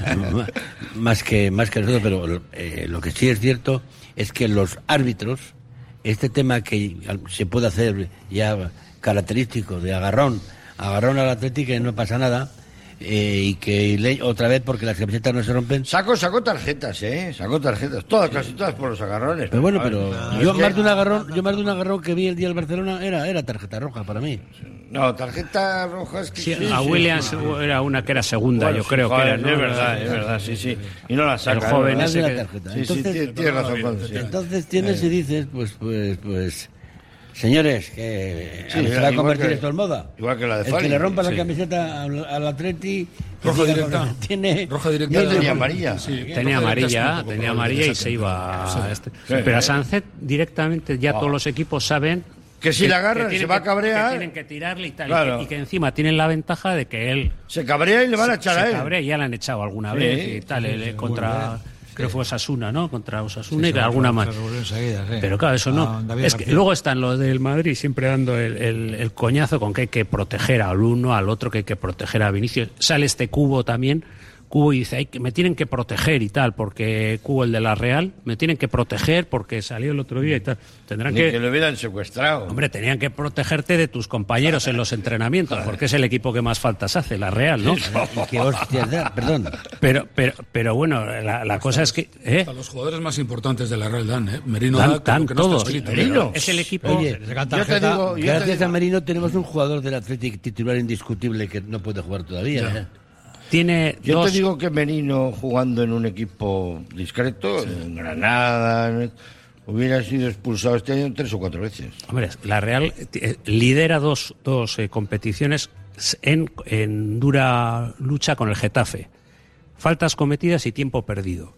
Speaker 6: más que nosotros, pero lo que sí es cierto es que los árbitros, este tema que se puede hacer ya característico de agarrón al Atlético y no pasa nada, y que otra vez porque las camisetas no se rompen.
Speaker 4: Sacó tarjetas, casi todas por los agarrones.
Speaker 6: Pero bueno, yo más de un agarrón que vi el día del Barcelona era tarjeta roja para mí.
Speaker 4: No, tarjeta roja es que
Speaker 7: sí, a Williams era una que era segunda, bueno, yo creo que era, ¿no?
Speaker 4: Es verdad, sí. Y no la saca.
Speaker 7: El joven ese
Speaker 6: que... tarjeta. Entonces,
Speaker 4: tienes razón.
Speaker 6: Entonces tienes y dices, pues señores, que se va a convertir esto en moda.
Speaker 4: Igual que la de Fali.
Speaker 6: El que le rompa la camiseta al Atleti...
Speaker 5: Roja directa.
Speaker 6: Roja
Speaker 4: directa. Tenía amarilla.
Speaker 7: Sí, tenía amarilla y se iba... Sí. Pero a Sánchez directamente ya todos los equipos saben
Speaker 4: Que si la agarran se va a cabrear.
Speaker 7: Que tienen que tirarle y tal.
Speaker 4: Claro.
Speaker 7: Y que encima tienen la ventaja de que él...
Speaker 4: Se cabrea y le van a echar a él.
Speaker 7: Se cabrea y ya le han echado alguna vez y tal. Contra... Creo que fue Osasuna, ¿no? Contra Osasuna y alguna más. Pero claro, eso no. Es que luego están los del Madrid siempre dando el coñazo con que hay que proteger al uno, al otro, que hay que proteger a Vinicius. Sale este Cubo también. Cubo y dice, me tienen que proteger y tal, porque Cubo, el de la Real, me tienen que proteger porque salió el otro día y tal. Tendrán
Speaker 4: Ni que lo hubieran secuestrado.
Speaker 7: Hombre, tenían que protegerte de tus compañeros en los entrenamientos, porque es el equipo que más faltas hace, la Real, ¿no?
Speaker 6: Qué hostia, perdón.
Speaker 7: Pero bueno, la cosa es que...
Speaker 5: A los jugadores más importantes de la Real dan, Merino
Speaker 7: dan
Speaker 5: que
Speaker 7: todos.
Speaker 5: No está
Speaker 7: Merino es el equipo...
Speaker 6: Oye, gracias a Merino tenemos un jugador del Athletic titular indiscutible que no puede jugar todavía.
Speaker 4: Yo te digo que Merino, jugando en un equipo discreto, en Granada, hubiera sido expulsado este año 3 o 4 veces.
Speaker 7: Hombre, la Real lidera dos competiciones en dura lucha con el Getafe. Faltas cometidas y tiempo perdido.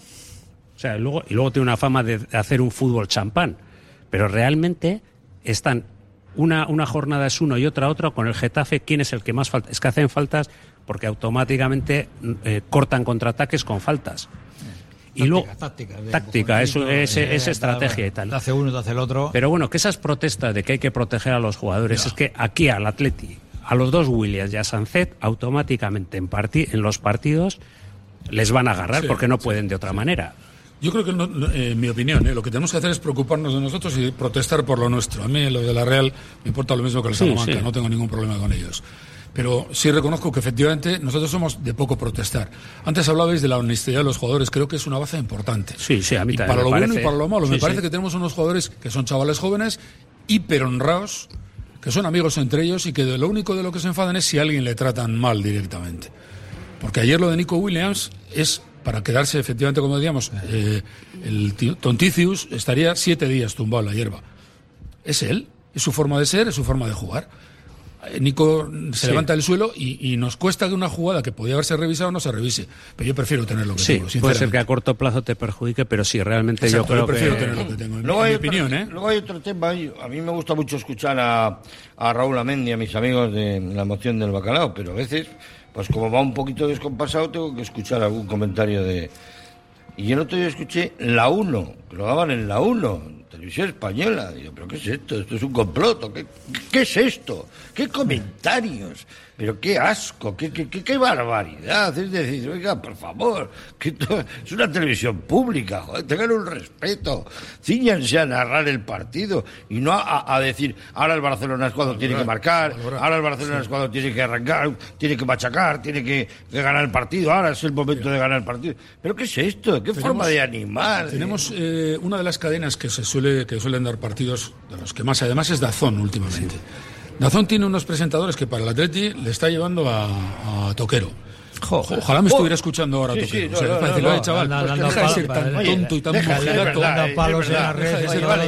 Speaker 7: O sea, luego tiene una fama de hacer un fútbol champán. Pero realmente están una jornada es uno y otra otro. Con el Getafe, ¿quién es el que más falta? Es que hacen faltas porque automáticamente cortan contraataques con faltas. Y luego táctica, es estrategia y tal.
Speaker 8: Te hace uno, te hace el otro.
Speaker 7: Pero bueno, que esas protestas de que hay que proteger a los jugadores, es que aquí al Atleti, a los dos Williams y a Sancet, automáticamente en los partidos les van a agarrar porque no pueden de otra manera.
Speaker 5: Yo creo que, en mi opinión, lo que tenemos que hacer es preocuparnos de nosotros y protestar por lo nuestro. A mí, lo de la Real, me importa lo mismo que el Salamanca, no tengo ningún problema con ellos. Pero sí reconozco que efectivamente nosotros somos de poco protestar. Antes hablabais de la honestidad de los jugadores, creo que es una base importante.
Speaker 7: Sí, a mí también.
Speaker 5: Y para lo
Speaker 7: bueno
Speaker 5: y para lo malo, me parece que tenemos unos jugadores que son chavales jóvenes, hiper honrados, que son amigos entre ellos y que lo único de lo que se enfadan es si a alguien le tratan mal directamente. Porque ayer lo de Nico Williams es para quedarse efectivamente, como decíamos, el Tonticius estaría 7 días tumbado en la hierba. Es él, es su forma de ser, es su forma de jugar. Nico se levanta del suelo y nos cuesta que una jugada que podía haberse revisado no se revise. Pero yo prefiero tener lo que tengo, sinceramente.
Speaker 7: Puede ser que a corto plazo te perjudique, pero sí, realmente yo creo que...
Speaker 5: prefiero tener lo que tengo, en mi opinión,
Speaker 4: Luego hay otro tema. A mí me gusta mucho escuchar a Raúl Amendi, a mis amigos de La Emoción del Bacalao, pero a veces, pues como va un poquito descompasado, tengo que escuchar algún comentario de... Y yo el otro día escuché La 1, que lo daban en La 1, Televisión Española. Digo, ¿pero qué es esto? ¿Esto es un complot? ¿Qué es esto? ¿Qué comentarios? Pero qué asco, qué barbaridad. Es decir, oiga, por favor, que esto es una televisión pública, joder, tengan un respeto, cíñanse a narrar el partido y no a decir, ahora el Barcelona es cuando tiene que marcar, ahora el Barcelona es cuando tiene que arrancar, tiene que machacar, tiene que ganar el partido, ahora es el momento de ganar el partido. ¿Pero qué es esto? ¿Qué forma de animar?
Speaker 5: Tenemos una de las cadenas que suelen dar partidos, de los que más además es DAZN últimamente. DAZN tiene unos presentadores que para el Atleti le está llevando a Toquero. Ojalá me estuviera escuchando ahora Toquero. Chaval, deja de ser tan tonto y tan mojigato.
Speaker 8: Palos en las redes.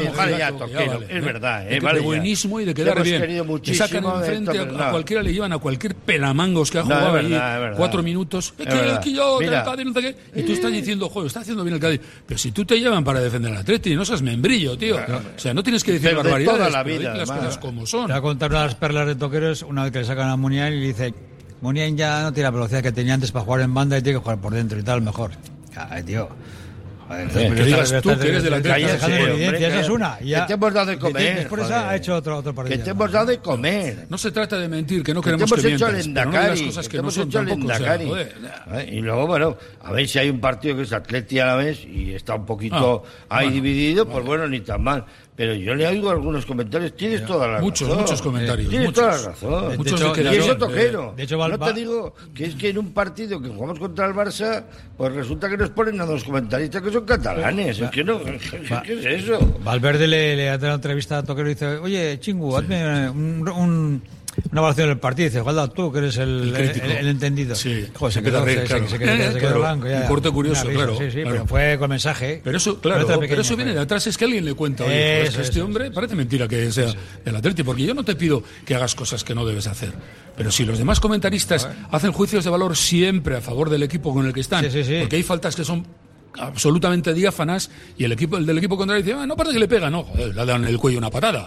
Speaker 4: Es verdad.
Speaker 5: De buenísimo y de quedar bien. Le sacan enfrente a cualquiera, le llevan a cualquier pelamangos que ha jugado allí 4 minutos. Es que yo, el Cádiz, no sé qué. Y tú estás diciendo, joder, está haciendo bien el Cádiz. Pero si tú te llevan para defender al Atleti, no seas membrillo, tío. O sea, no tienes que decir barbaridades,
Speaker 4: toda la vida,
Speaker 5: las cosas como son.
Speaker 8: Te voy a contar una de las perlas de Toquero, es una vez que le sacan a Muniain y le dice... Muniain ya no tiene la velocidad que tenía antes para jugar en banda y tiene que jugar por dentro y tal, mejor. Ay, tío.
Speaker 5: Joder, que digas tú que eres de la
Speaker 8: esa es una.
Speaker 4: Que te hemos dado de comer.
Speaker 8: Después ha hecho otro partido.
Speaker 4: Que te hemos dado de comer.
Speaker 5: No se trata de mentir, que no queremos que mientas, pero no de las cosas que no son tampoco.
Speaker 4: Y luego, bueno, a ver si hay un partido que es Atleti a la vez y está un poquito ahí dividido, pues bueno, ni tan mal. Pero yo le oigo algunos comentarios, tienes toda la razón.
Speaker 5: Muchos comentarios.
Speaker 4: Tienes toda la razón.
Speaker 5: Y
Speaker 4: eso Toquero. No te digo que es que en un partido que jugamos contra el Barça, pues resulta que nos ponen a 2 comentaristas que son catalanes. Es que no, ¿qué es eso?
Speaker 8: Valverde le hace una entrevista a Toquero y dice, oye, Chingu, hazme una evaluación del partido. Dice, igual tú, que eres el entendido.
Speaker 5: Sí,
Speaker 8: joder, se quedó blanco.
Speaker 5: Un corte curioso, claro.
Speaker 8: Sí, pero fue con mensaje.
Speaker 5: Pero eso, pero eso viene de atrás, es que alguien le cuenta, oye, es que este hombre parece mentira que sea el Atleti, porque yo no te pido que hagas cosas que no debes hacer. Pero si los demás comentaristas hacen juicios de valor siempre a favor del equipo con el que están, porque hay faltas que son absolutamente diáfanas y el del equipo contrario dice, no parece que le pega, no, joder, le dan el cuello una patada.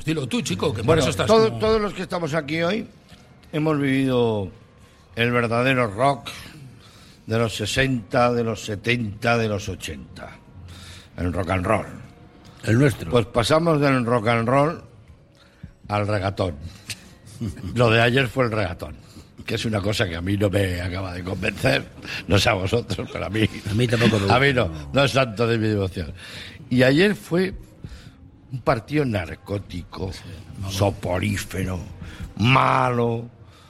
Speaker 5: Pues dilo tú, chico, que
Speaker 4: bueno,
Speaker 5: por eso estás
Speaker 4: todos los que estamos aquí hoy hemos vivido el verdadero rock de los 60, de los 70, de los 80. El rock and roll.
Speaker 6: El nuestro.
Speaker 4: Pues pasamos del rock and roll al reggaetón. Lo de ayer fue el reggaetón, que es una cosa que a mí no me acaba de convencer, no sé a vosotros, pero a mí
Speaker 6: tampoco me gusta.
Speaker 4: A mí no es tanto de mi devoción. Y ayer fue un partido narcótico, soporífero, malo,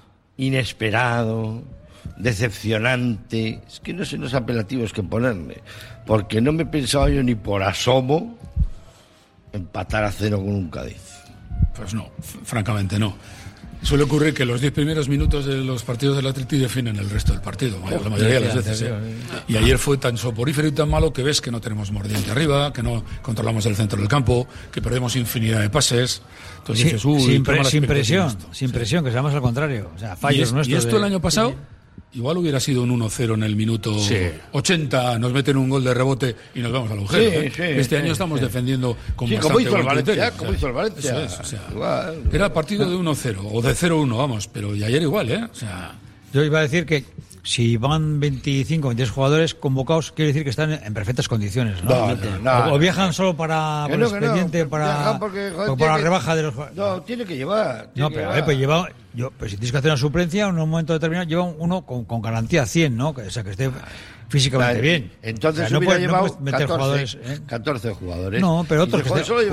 Speaker 4: inesperado, decepcionante. Es que no sé los apelativos que ponerle, porque no me pensaba yo ni por asomo empatar a 0 con un Cádiz.
Speaker 5: Pues no, francamente no. Suele ocurrir que los 10 primeros minutos de los partidos del Atleti definen el resto del partido, la mayoría de las veces. Y ayer fue tan soporífero y tan malo que ves que no tenemos mordiente arriba, que no controlamos el centro del campo, que perdemos infinidad de pases. Entonces dices,
Speaker 8: sin presión, que seamos al contrario. O sea, fallos nuestros.
Speaker 5: ¿Y esto el año pasado? Igual hubiera sido un 1-0 en el minuto 80, nos meten un gol de rebote y nos vamos al agujero. Este año estamos defendiendo con bastante
Speaker 4: como hizo el
Speaker 5: Valencia.
Speaker 4: Como hizo el Valencia.
Speaker 5: Eso es, igual. Era partido de 1-0 o de 0-1, vamos, pero y ayer igual, O sea,
Speaker 8: yo iba a decir que si van 25, 26 jugadores convocados, quiere decir que están en perfectas condiciones, ¿no? O viajan solo para el expediente, para la rebaja de los jugadores.
Speaker 4: No, tiene que llevar.
Speaker 8: Pues si tienes que hacer una suplencia en un momento determinado, lleva uno con garantía 100, ¿no? O sea, que esté físicamente bien.
Speaker 4: Entonces
Speaker 8: no
Speaker 4: hubiera
Speaker 8: puedes
Speaker 4: llevado
Speaker 8: meter
Speaker 4: 14 jugadores.
Speaker 8: No, pero otros
Speaker 4: que
Speaker 8: solo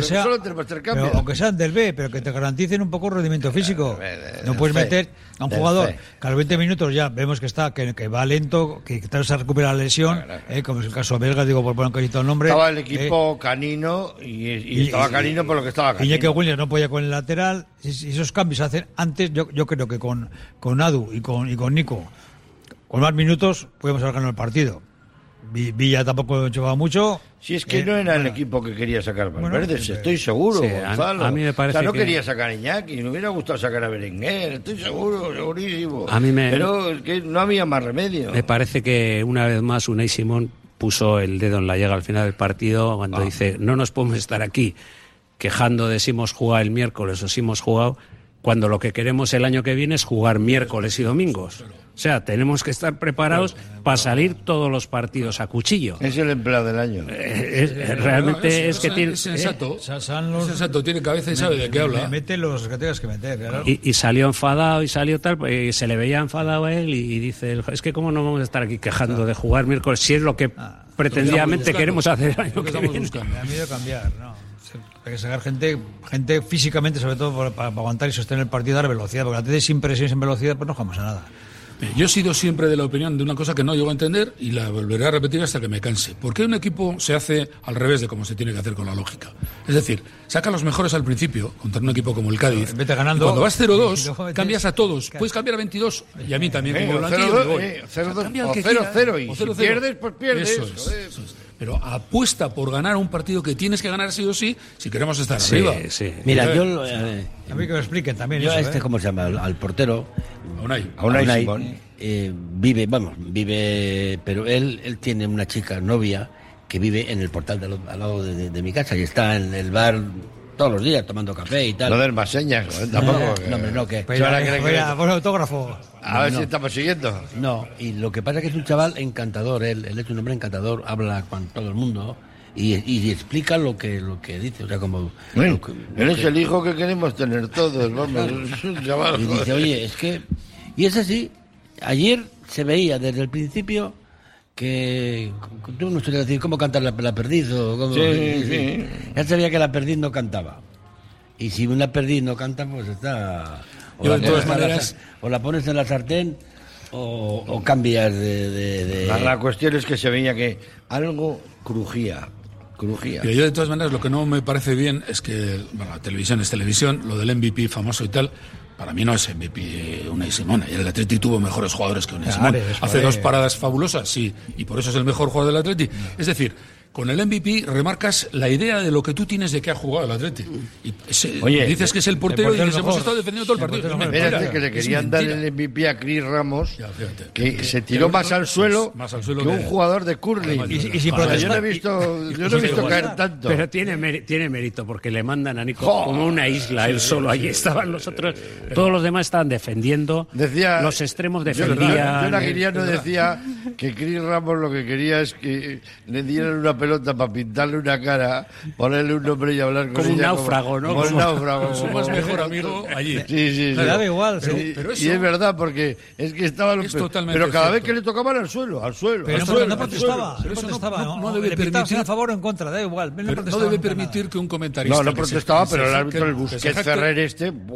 Speaker 8: aunque sean del B, pero que te garanticen un poco el rendimiento físico. No puedes meter a un jugador que a los 20 minutos ya vemos que va lento, que tal vez se recupera la lesión, como es el caso de Belga, digo por poner un cachito el nombre.
Speaker 4: Estaba el equipo Canino y estaba Canino por lo que estaba Canino.
Speaker 8: Iñaki Williams no podía con el lateral, y esos cambios se hacen antes, yo creo que con Adu y con Nico, con más minutos podemos haber ganado el partido. Villa tampoco llevaba mucho.
Speaker 4: Si es que no era el equipo que quería sacar Valverde, estoy seguro, Gonzalo.
Speaker 7: A mí me parece
Speaker 4: no quería sacar a Iñaki, me hubiera gustado sacar a Berenguer, estoy segurísimo. Pero es que no había más remedio.
Speaker 7: Me parece que una vez más Unai Simón puso el dedo en la llaga al final del partido cuando dice, no nos podemos estar aquí quejando de si hemos jugado el miércoles o si hemos jugado, cuando lo que queremos el año que viene es jugar miércoles y domingos. O sea, tenemos que estar preparados para salir todos los partidos a cuchillo.
Speaker 4: Es el empleado del año.
Speaker 5: Realmente es que tiene... Es sensato, tiene cabeza y sabe de qué habla.
Speaker 8: Mete los que tengas que meter, claro.
Speaker 7: Y salió enfadado y salió tal, se le veía enfadado a él y dice, es que cómo no vamos a estar aquí quejando de jugar miércoles si es lo que pretendidamente queremos hacer el año que viene.
Speaker 8: A mí de cambiar, no. Hay que sacar gente físicamente, sobre todo para aguantar y sostener el partido, dar velocidad, porque antes de sin presión y sin velocidad, pues no jugamos a nada.
Speaker 5: Yo he sido siempre de la opinión de una cosa que no llego a entender y la volveré a repetir hasta que me canse. ¿Por qué un equipo se hace al revés de cómo se tiene que hacer con la lógica? Es decir, saca a los mejores al principio contra un equipo como el Cádiz.
Speaker 8: Vete ganando.
Speaker 5: Y cuando vas 0-2, cambias a todos. Puedes cambiar a 22 y a mí también como blanquillo me voy.
Speaker 4: 0-0 y si pierdes, pues pierdes.
Speaker 5: Eso es. Pero apuesta por ganar un partido que tienes que ganar sí o sí si queremos estar arriba.
Speaker 6: Mira, yo...
Speaker 8: a mí que me expliquen también
Speaker 6: yo
Speaker 8: eso.
Speaker 6: ¿Cómo se llama? Al portero.
Speaker 4: A Unai Simón.
Speaker 6: Vive, pero él tiene una chica novia que vive en el portal al lado de mi casa y está en el bar todos los días tomando café y tal.
Speaker 4: No des más señas, tampoco.
Speaker 6: No, hombre, no, que...
Speaker 8: Por autógrafo.
Speaker 4: A ver si estamos siguiendo.
Speaker 6: No, y lo que pasa es que es un chaval encantador, él es un hombre encantador, habla con todo el mundo y explica lo que dice, o sea, como...
Speaker 4: Bueno, él es el hijo que queremos tener todos, vamos, es un chaval.
Speaker 6: Y dice, oye, es que... Y es así, ayer se veía desde el principio que... Tú no sabías decir cómo cantar la perdiz o cómo...
Speaker 4: Sí.
Speaker 6: Ya sabía que la perdiz no cantaba. Y si una perdiz no canta, pues está... O la pones en la sartén o cambias de...
Speaker 4: La cuestión es que se veía que algo crujía.
Speaker 5: Pero yo de todas maneras lo que no me parece bien es que, la televisión es televisión, lo del MVP famoso y tal, para mí no es MVP Unai Simón. Y el Atleti tuvo mejores jugadores que Unai Simón. Hace 2 paradas fabulosas, sí, y por eso es el mejor jugador del Atleti. Es decir, con el MVP remarcas la idea de lo que tú tienes de que ha jugado el Atleti. Y dices que es el portero y dices, hemos estado defendiendo todo el partido.
Speaker 4: Espérate, que le querían dar el MVP a Chris Ramos, que se tiró más al suelo que un jugador de curling.
Speaker 8: Y sin protestar.
Speaker 4: Yo no he visto caer tanto.
Speaker 7: Pero tiene mérito, porque le mandan a Nico como una isla, él solo. Allí estaban los otros, todos los demás estaban defendiendo. Los extremos defendían.
Speaker 4: Yo Aguiriano decía que Chris Ramos lo que quería es que le dieran una pelota para pintarle una cara, ponerle un nombre y hablar con
Speaker 7: como
Speaker 4: ella.
Speaker 7: Un náufrago, ¿no?
Speaker 4: Como un náufrago.
Speaker 5: Su más mejor amigo allí.
Speaker 4: Sí.
Speaker 8: Me daba igual.
Speaker 5: Pero eso,
Speaker 4: y es verdad, porque es que estaba... Pero cada vez que le tocaban al suelo.
Speaker 8: Pero no protestaba.
Speaker 5: No debe permitir
Speaker 8: a favor o en contra, da igual.
Speaker 5: No debe permitir que un comentarista...
Speaker 4: No protestaba, pero el árbitro, el Busquets Ferrer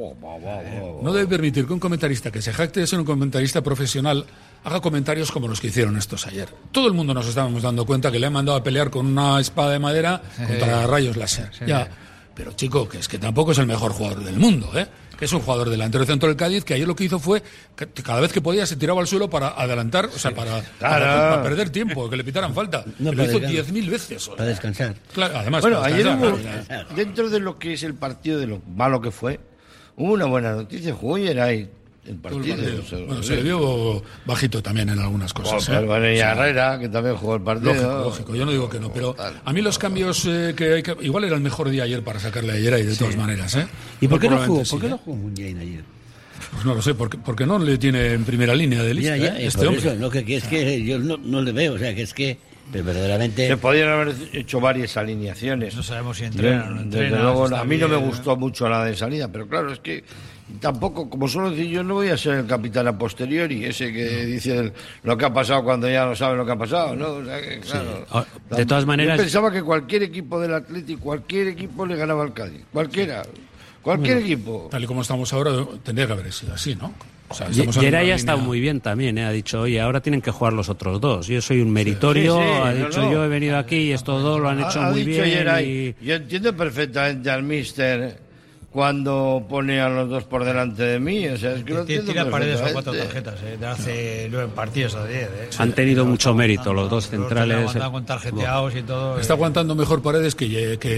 Speaker 5: No debe permitir que un comentarista que se jacte de ser un comentarista profesional haga comentarios como los que hicieron estos ayer. Todo el mundo nos estábamos dando cuenta que le han mandado a pelear con una espada de madera contra rayos láser. Pero chico, que es que tampoco es el mejor jugador del mundo, que es un jugador delantero centro del Cádiz, que ayer lo que hizo fue que cada vez que podía se tiraba al suelo para adelantar, o sea, para perder tiempo, que le pitaran falta. Lo hizo 10.000 veces.
Speaker 6: Para descansar.
Speaker 4: Claro, además, ayer hubo, dentro de lo que es el partido, de lo malo que fue, hubo una buena noticia. Jugó Yeray el partido.
Speaker 5: Se le vio bajito también en algunas cosas.
Speaker 4: Y Herrera, que también jugó el partido.
Speaker 5: Lógico, yo no digo que no, pero a mí los cambios que hay que... Igual era el mejor día ayer para sacarle a Yeray, de todas maneras.
Speaker 6: ¿Y por qué no jugó? ¿Por qué no jugó Mundiain ayer?
Speaker 5: Pues no lo sé, porque no le tiene en primera línea de lista este hombre.
Speaker 6: Eso, lo que es que yo no le veo, o sea, que es que verdaderamente...
Speaker 4: Se podían haber hecho varias alineaciones.
Speaker 8: No sabemos si entrena o no entrena.
Speaker 4: Desde luego, a mí no me gustó mucho la de salida, pero claro, es que tampoco, como suelo decir, yo no voy a ser el capitán a posteriori, ese que dice lo que ha pasado cuando ya no sabe lo que ha pasado, ¿no? O sea, que, claro,
Speaker 7: de todas maneras...
Speaker 4: Yo pensaba que cualquier equipo del Atlético, cualquier equipo le ganaba al Cádiz, cualquier equipo.
Speaker 5: Tal y como estamos ahora, tendría que haber sido así, ¿no? O sea,
Speaker 7: Geray ha estado muy bien también, ha dicho, oye, ahora tienen que jugar los otros dos. Yo soy un meritorio, ha dicho, yo he venido aquí y estos dos lo han hecho muy bien.
Speaker 4: Geray, yo entiendo perfectamente al míster cuando pone a los dos por delante de mí, o sea, es que
Speaker 8: tira Paredes con 4 tarjetas, de hace 9 partidos a 10.
Speaker 7: Han tenido mucho mérito los dos centrales.
Speaker 8: Con tarjeteados y todo.
Speaker 5: Está aguantando mejor Paredes que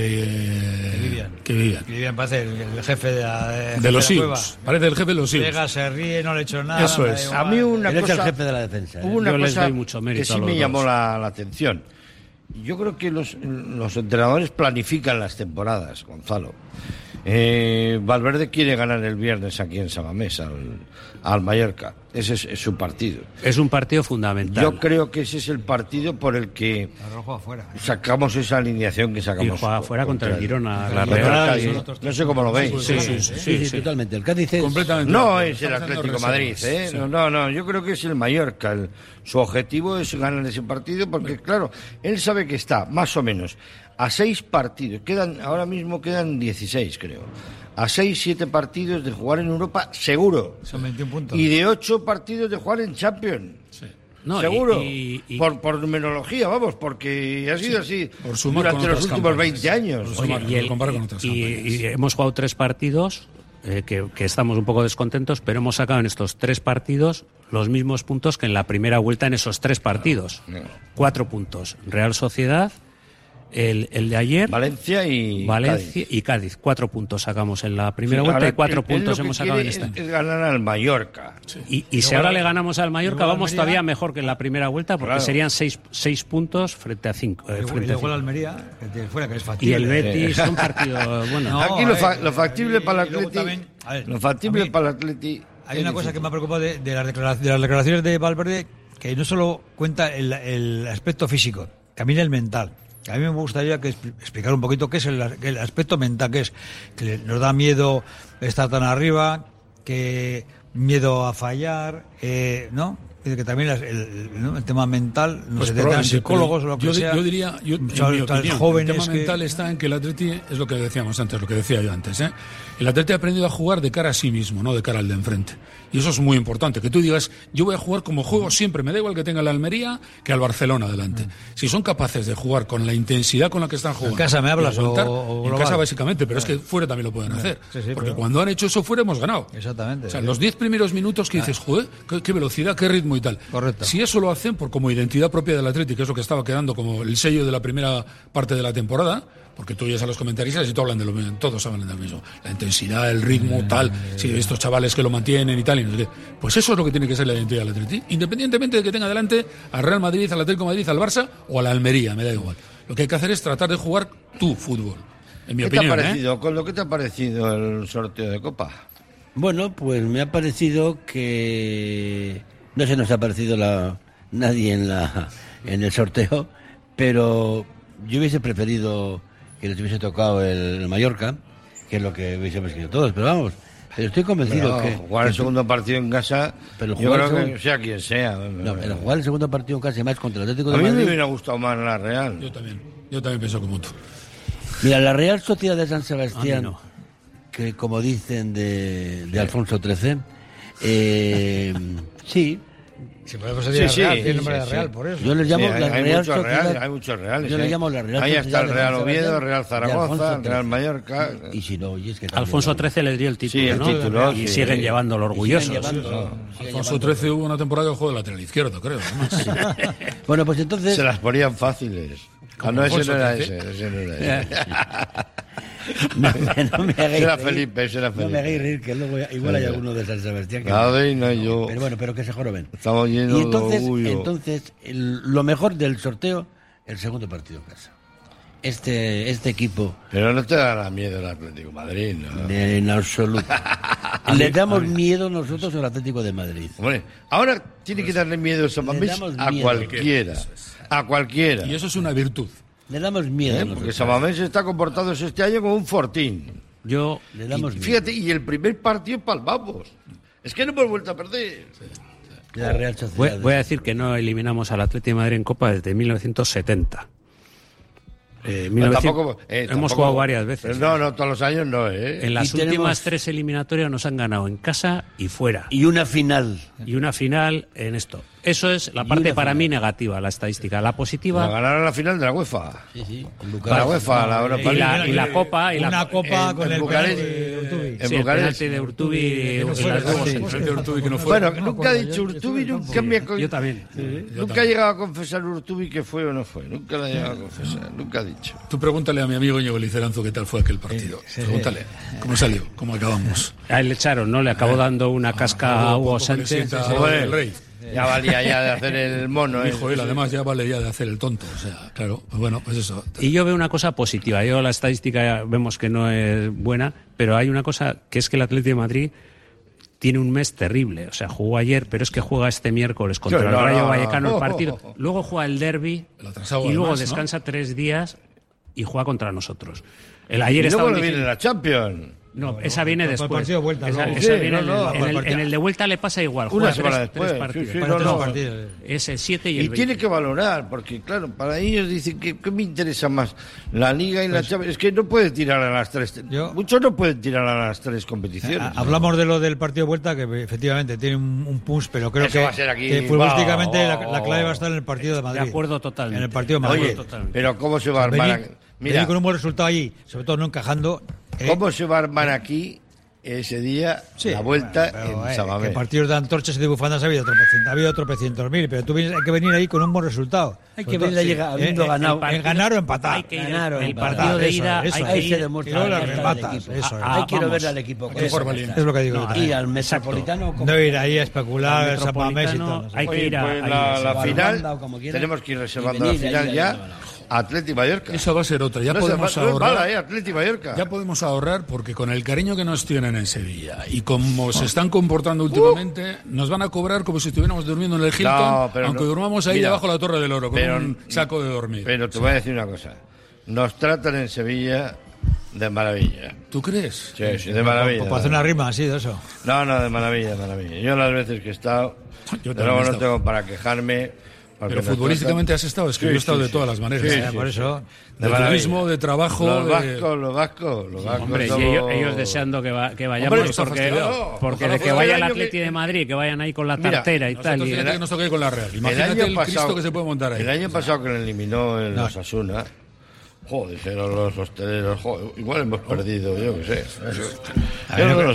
Speaker 5: Vivian.
Speaker 8: Vivian parece el jefe
Speaker 5: de los Sioux. Parece el jefe de los Sioux.
Speaker 8: Llega, se ríe, no le he hecho nada.
Speaker 5: Eso es.
Speaker 4: A mí una cosa...
Speaker 6: es el jefe de la defensa.
Speaker 4: Hubo una cosa
Speaker 7: mucho mérito
Speaker 4: que sí me llamó la atención. Yo creo que los entrenadores planifican las temporadas, Gonzalo. Valverde quiere ganar el viernes aquí en Samamés al Mallorca. Ese es su partido.
Speaker 7: Es un partido fundamental.
Speaker 4: Yo creo que ese es el partido por el que sacamos esa alineación que sacamos.
Speaker 7: Y juega fuera contra el Girona, la
Speaker 4: Real. No sé cómo lo veis.
Speaker 6: Sí, totalmente. El Cádiz es...
Speaker 5: Completamente.
Speaker 4: No es el Atlético de Madrid, ¿eh? No, yo creo que es el Mallorca. Su objetivo es ganar ese partido porque, claro, él sabe que está más o menos a 6 partidos. Ahora mismo quedan 16, creo. A 6-7 partidos de jugar en Europa, seguro.
Speaker 8: Son 21 puntos.
Speaker 4: Y de 8 partidos de jugar en Champions. Sí. No, seguro. Por numerología, vamos, porque ha sido así durante los últimos 20 años.
Speaker 7: Y hemos jugado 3 partidos, que estamos un poco descontentos, pero hemos sacado en estos 3 partidos los mismos puntos que en la primera vuelta en esos 3 partidos. 4 puntos. Real Sociedad, el de ayer,
Speaker 4: Valencia
Speaker 7: y Cádiz. 4 puntos sacamos en la primera vuelta y 4 puntos hemos sacado en esta.
Speaker 4: Es ganar al Mallorca.
Speaker 7: Y si ahora le ganamos al Mallorca, vamos todavía mejor que en la primera vuelta, porque serían 6 puntos frente a 5.
Speaker 8: Y luego el Almería, que fuera, que es factible.
Speaker 7: Y el Betis son partidos buenos.
Speaker 4: Aquí lo factible para el Atleti. Lo factible para el Atleti.
Speaker 8: Hay una cosa que me ha preocupado de las declaraciones de Valverde, que no solo cuenta el aspecto físico, también el mental. A mí me gustaría explicar un poquito qué es el aspecto mental, que es que nos da miedo estar tan arriba, que miedo a fallar, ¿no? Que también el tema mental, no sé, tendrán psicólogos o lo que sea.
Speaker 5: Yo diría, en mi opinión, jóvenes, el tema mental está en que el Atleti, es lo que decíamos antes, lo que decía yo antes, el Atleti ha aprendido a jugar de cara a sí mismo, no de cara al de enfrente. Y eso es muy importante, que tú digas, yo voy a jugar como juego siempre, me da igual que tenga la Almería que al Barcelona delante. Si son capaces de jugar con la intensidad con la que están jugando.
Speaker 8: ¿En casa me hablas
Speaker 5: o en casa básicamente, pero es que fuera también lo pueden hacer. Porque cuando han hecho eso fuera hemos ganado.
Speaker 8: Exactamente.
Speaker 5: O sea, los 10 primeros minutos que dices, joder, qué velocidad, qué ritmo ritmo y tal.
Speaker 8: Correcto.
Speaker 5: Si eso lo hacen por como identidad propia del Atleti, que es lo que estaba quedando como el sello de la primera parte de la temporada, porque tú oyes a los comentaristas y todos hablan de lo mismo, todos hablan de lo mismo. La intensidad, el ritmo, tal, sí, estos chavales que lo mantienen y tal, y no sé qué. Pues eso es lo que tiene que ser la identidad del Atleti, independientemente de que tenga delante al Real Madrid, al Atlético de Madrid, al Barça o a la Almería, me da igual. Lo que hay que hacer es tratar de jugar tu fútbol, en mi opinión.
Speaker 4: ¿Qué te ha parecido el sorteo de Copa?
Speaker 6: Bueno, pues me ha parecido que no se nos ha parecido nadie en el sorteo, pero yo hubiese preferido que les hubiese tocado el Mallorca, que es lo que hubiésemos querido todos, pero vamos, pero estoy convencido que
Speaker 4: jugar el segundo partido en casa,
Speaker 6: pero
Speaker 4: yo creo que sea quien sea.
Speaker 6: No, pero jugar el segundo partido en casa, más contra el Atlético de
Speaker 4: Madrid. A mí me hubiera gustado más la Real.
Speaker 5: Yo también pienso como tú.
Speaker 6: Mira, la Real Sociedad de San Sebastián, que como dicen de Alfonso XIII, sí.
Speaker 8: Si podemos decir Real, tiene nombre de Real, por eso.
Speaker 6: Yo les llamo la Real
Speaker 4: Sociedad. Hay muchos reales.
Speaker 6: Yo les llamo la Real
Speaker 4: Ahí
Speaker 6: Sociedad.
Speaker 4: Ahí está el Real Oviedo, Real Zaragoza, Real Mallorca.
Speaker 6: Y si no, oyes que
Speaker 7: Alfonso XIII les dio el título,
Speaker 4: sí, el título,
Speaker 7: y siguen llevándolo orgullosos.
Speaker 5: Alfonso XIII hubo una temporada que jugó de lateral izquierdo, creo.
Speaker 6: Bueno, pues entonces...
Speaker 4: Se las ponían fáciles. No, ese no era ese.
Speaker 6: No me hagáis
Speaker 4: era
Speaker 6: reír.
Speaker 4: Felipe.
Speaker 6: No me hagáis reír, que luego igual hay alguno de San Sebastián que
Speaker 4: yo.
Speaker 6: Pero bueno, pero que se joroben.
Speaker 4: Estamos llenos
Speaker 6: y entonces,
Speaker 4: de orgullo.
Speaker 6: Entonces, lo mejor del sorteo, el segundo partido en casa. Este equipo...
Speaker 4: Pero no te dará miedo el Atlético de Madrid, ¿no?
Speaker 6: En absoluto. Le damos miedo nosotros al Atlético de Madrid.
Speaker 4: Hombre, ahora tiene que darle miedo a cualquiera. A cualquiera.
Speaker 5: Y eso es una virtud.
Speaker 6: Le damos miedo.
Speaker 4: Porque Samamés se está comportando este año como un fortín.
Speaker 6: Le damos miedo.
Speaker 4: Fíjate, y el primer partido palmamos. Es que no hemos vuelto a perder.
Speaker 6: La Real Sociedad.
Speaker 7: Voy a decir que no eliminamos al Atlético de Madrid en Copa desde 1970. Hemos jugado varias veces.
Speaker 4: No, todos los años no,
Speaker 7: En las últimas 3 eliminatorias nos han ganado en casa y fuera.
Speaker 6: Y una final.
Speaker 7: En esto. Eso es la parte para mí negativa, la estadística. La positiva...
Speaker 4: Ganaron la final de la UEFA.
Speaker 6: Sí.
Speaker 4: La UEFA, la Europa
Speaker 7: y la Copa.
Speaker 8: Una Copa con el
Speaker 4: Bucarest.
Speaker 7: El penalti de Urtubi.
Speaker 4: Bueno, nunca ha dicho Urtubi, nunca me ha...
Speaker 7: Yo también.
Speaker 4: Nunca ha llegado a confesar Urtubi que fue o no fue. Nunca lo ha llegado a confesar. Nunca ha dicho.
Speaker 5: Tú pregúntale a mi amigo Íñigo Liceranzo qué tal fue aquel partido. Pregúntale cómo salió, cómo acabamos.
Speaker 7: A él le echaron, ¿no? Le acabó dando una casca a Hugo Sánchez.
Speaker 5: El rey.
Speaker 4: Ya valía ya de hacer el mono.
Speaker 5: Dijo él, además ya vale ya de hacer el tonto. O sea, claro, pues bueno, pues eso.
Speaker 7: Y yo veo una cosa positiva. Yo la estadística vemos que no es buena, pero hay una cosa que es que el Atlético de Madrid tiene un mes terrible. O sea, jugó ayer, pero es que juega este miércoles contra el Rayo Vallecano el partido. Luego juega el derbi y luego descansa 3 días y juega contra nosotros. Ayer
Speaker 4: y luego viene la Champions.
Speaker 7: No, esa viene después.
Speaker 8: El partido de vuelta,
Speaker 7: esa viene en el de vuelta le pasa igual.
Speaker 4: Una semana después. 3 partidos.
Speaker 7: Es el 7 y el 20.
Speaker 4: Y tiene que valorar, porque claro, para ellos dicen que me interesa más la Liga y la Champions. Es que no puede tirar a las 3. Muchos no pueden tirar a las 3 competiciones.
Speaker 8: Hablamos de lo del partido de vuelta, que efectivamente tiene un punch, pero creo
Speaker 4: va a ser aquí,
Speaker 8: que futbolísticamente la clave va a estar en el partido de Madrid.
Speaker 7: De acuerdo totalmente.
Speaker 8: En el partido de Madrid.
Speaker 4: Oye, pero ¿cómo se va a armar?
Speaker 8: Mira, con un buen resultado allí, sobre todo no encajando.
Speaker 4: ¿Cómo se va a armar aquí ese día la vuelta en Samamés?
Speaker 8: Que partidos de antorchas y de bufandas ha habido tropecientos mil, pero hay que venir ahí con un buen resultado.
Speaker 6: Hay que venir habiendo ganado.
Speaker 8: Ganar o empatar.
Speaker 7: Hay que ir el partido de ida.
Speaker 6: Ahí se demuestra hay que ver al equipo.
Speaker 8: Es lo que digo.
Speaker 6: Ir al Metropolitano.
Speaker 8: No ir ahí a especular, Samamés y todo.
Speaker 7: Hay que ir
Speaker 4: a la final. Tenemos que ir reservando la final ya. Atlético Mallorca.
Speaker 5: Esa va a ser otra. Ya podemos ahorrar.
Speaker 4: Atlético Mallorca.
Speaker 5: Ya podemos ahorrar porque con el cariño que nos tienen en Sevilla y como se están comportando últimamente, nos van a cobrar como si estuviéramos durmiendo en el Hilton, aunque durmamos ahí debajo de la Torre del Oro con un saco de dormir.
Speaker 4: Pero te voy a decir una cosa. Nos tratan en Sevilla de maravilla.
Speaker 5: ¿Tú crees?
Speaker 4: Sí, de maravilla.
Speaker 8: Para hacer una rima así de eso.
Speaker 4: No, de maravilla. Yo las veces que he estado, luego no tengo para quejarme.
Speaker 5: Pero futbolísticamente has estado, es que yo he estado de todas las maneras.
Speaker 8: Por eso.
Speaker 5: De turismo, de trabajo.
Speaker 4: Los vascos.
Speaker 7: Hombre, y ellos deseando que vayamos, porque de que vaya el Atlético de Madrid, que vayan ahí con la tartera y tal.
Speaker 5: Y que nos toque con la Real. Imagínate el Cristo que se puede montar ahí.
Speaker 4: El año pasado que lo eliminó el Osasuna. Joder, dijeron los hosteleros, igual hemos perdido, yo qué sé. Yo no lo sé.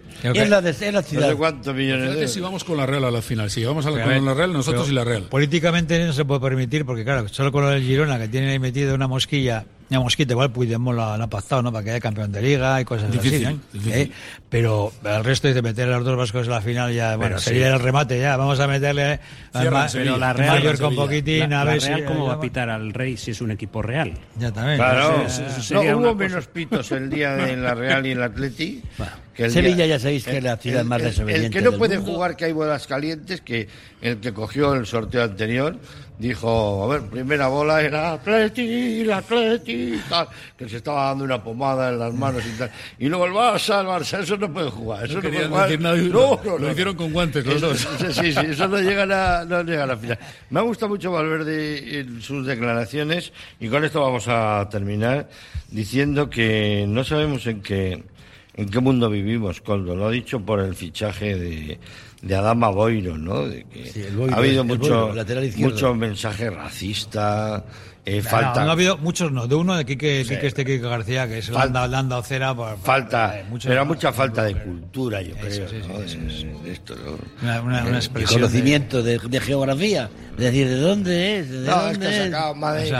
Speaker 6: Es la ciudad.
Speaker 4: No sé cuántos millones de euros.
Speaker 5: Si vamos con la Real a la final, si vamos con la Real, nosotros y la Real.
Speaker 8: Políticamente no se puede permitir, porque claro, solo con lo del Girona, que tiene ahí metido una mosquita, igual Puigdemont lo ha pactado, ¿no? Para que haya campeón de liga y cosas
Speaker 5: difícil,
Speaker 8: así, ¿no?
Speaker 5: Difícil.
Speaker 8: Pero al resto de meter a los dos vascos en la final ya, bueno, sería el remate ya. Vamos a meterle
Speaker 7: pero la Real
Speaker 8: mayor con poquitín, a ver
Speaker 7: la Real,
Speaker 8: si...
Speaker 7: ¿cómo va a pitar al Rey si es un equipo real?
Speaker 8: Ya también.
Speaker 4: Claro.
Speaker 7: Eso
Speaker 4: No, hubo menos pitos el día de la Real y el Atleti.
Speaker 6: Sevilla ya sabéis que es la ciudad más desobediente.
Speaker 4: El que no
Speaker 6: del
Speaker 4: puede
Speaker 6: mundo.
Speaker 4: jugar, que hay bolas calientes, que el que cogió el sorteo anterior dijo, a ver, primera bola era Atleti, tal, que se estaba dando una pomada en las manos y tal. Y luego el Barça, eso no puede jugar. Eso no puede jugar.
Speaker 5: Decir nada, lo hicieron con guantes los dos.
Speaker 4: Sí, eso no llega a la final. Me ha gustado mucho Valverde en sus declaraciones, y con esto vamos a terminar, diciendo que no sabemos en qué mundo vivimos, Coldo. Lo ha dicho por el fichaje de Adama Boiro, ¿no? De que
Speaker 6: Boiro,
Speaker 4: ha habido
Speaker 6: Boiro, lateral izquierdo.
Speaker 4: mucho mensaje racista, falta...
Speaker 8: No ha habido muchos, no. De uno, de Quique García, que se le han dado cera.
Speaker 4: Era mucha falta de cultura, yo creo. De esto, ¿no?
Speaker 8: Una expresión.
Speaker 6: Y conocimiento de geografía. Es decir, ¿de dónde es?
Speaker 4: Es que ha sacado Madrid.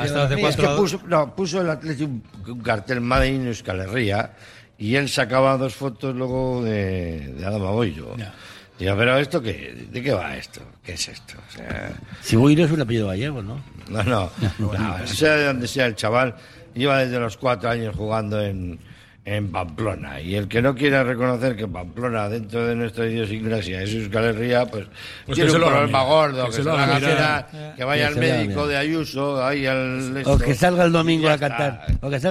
Speaker 4: Puso el Atlético un cartel Madrid en Euskal Herria, y él sacaba dos fotos luego de Adama Boiro. Digo, pero ¿esto qué? ¿De qué va esto? ¿Qué es esto? O sea...
Speaker 6: Si Boiro es un apellido gallego, ¿no?
Speaker 4: No, sea de donde sea el chaval, lleva desde los 4 años jugando en Pamplona, y el que no quiera reconocer que Pamplona, dentro de nuestra idiosincrasia, es Euskal Herria, pues tiene un problema gordo, que se lo haga mirar, que vaya al médico de Ayuso, ahí
Speaker 6: o que salga el domingo a cantar,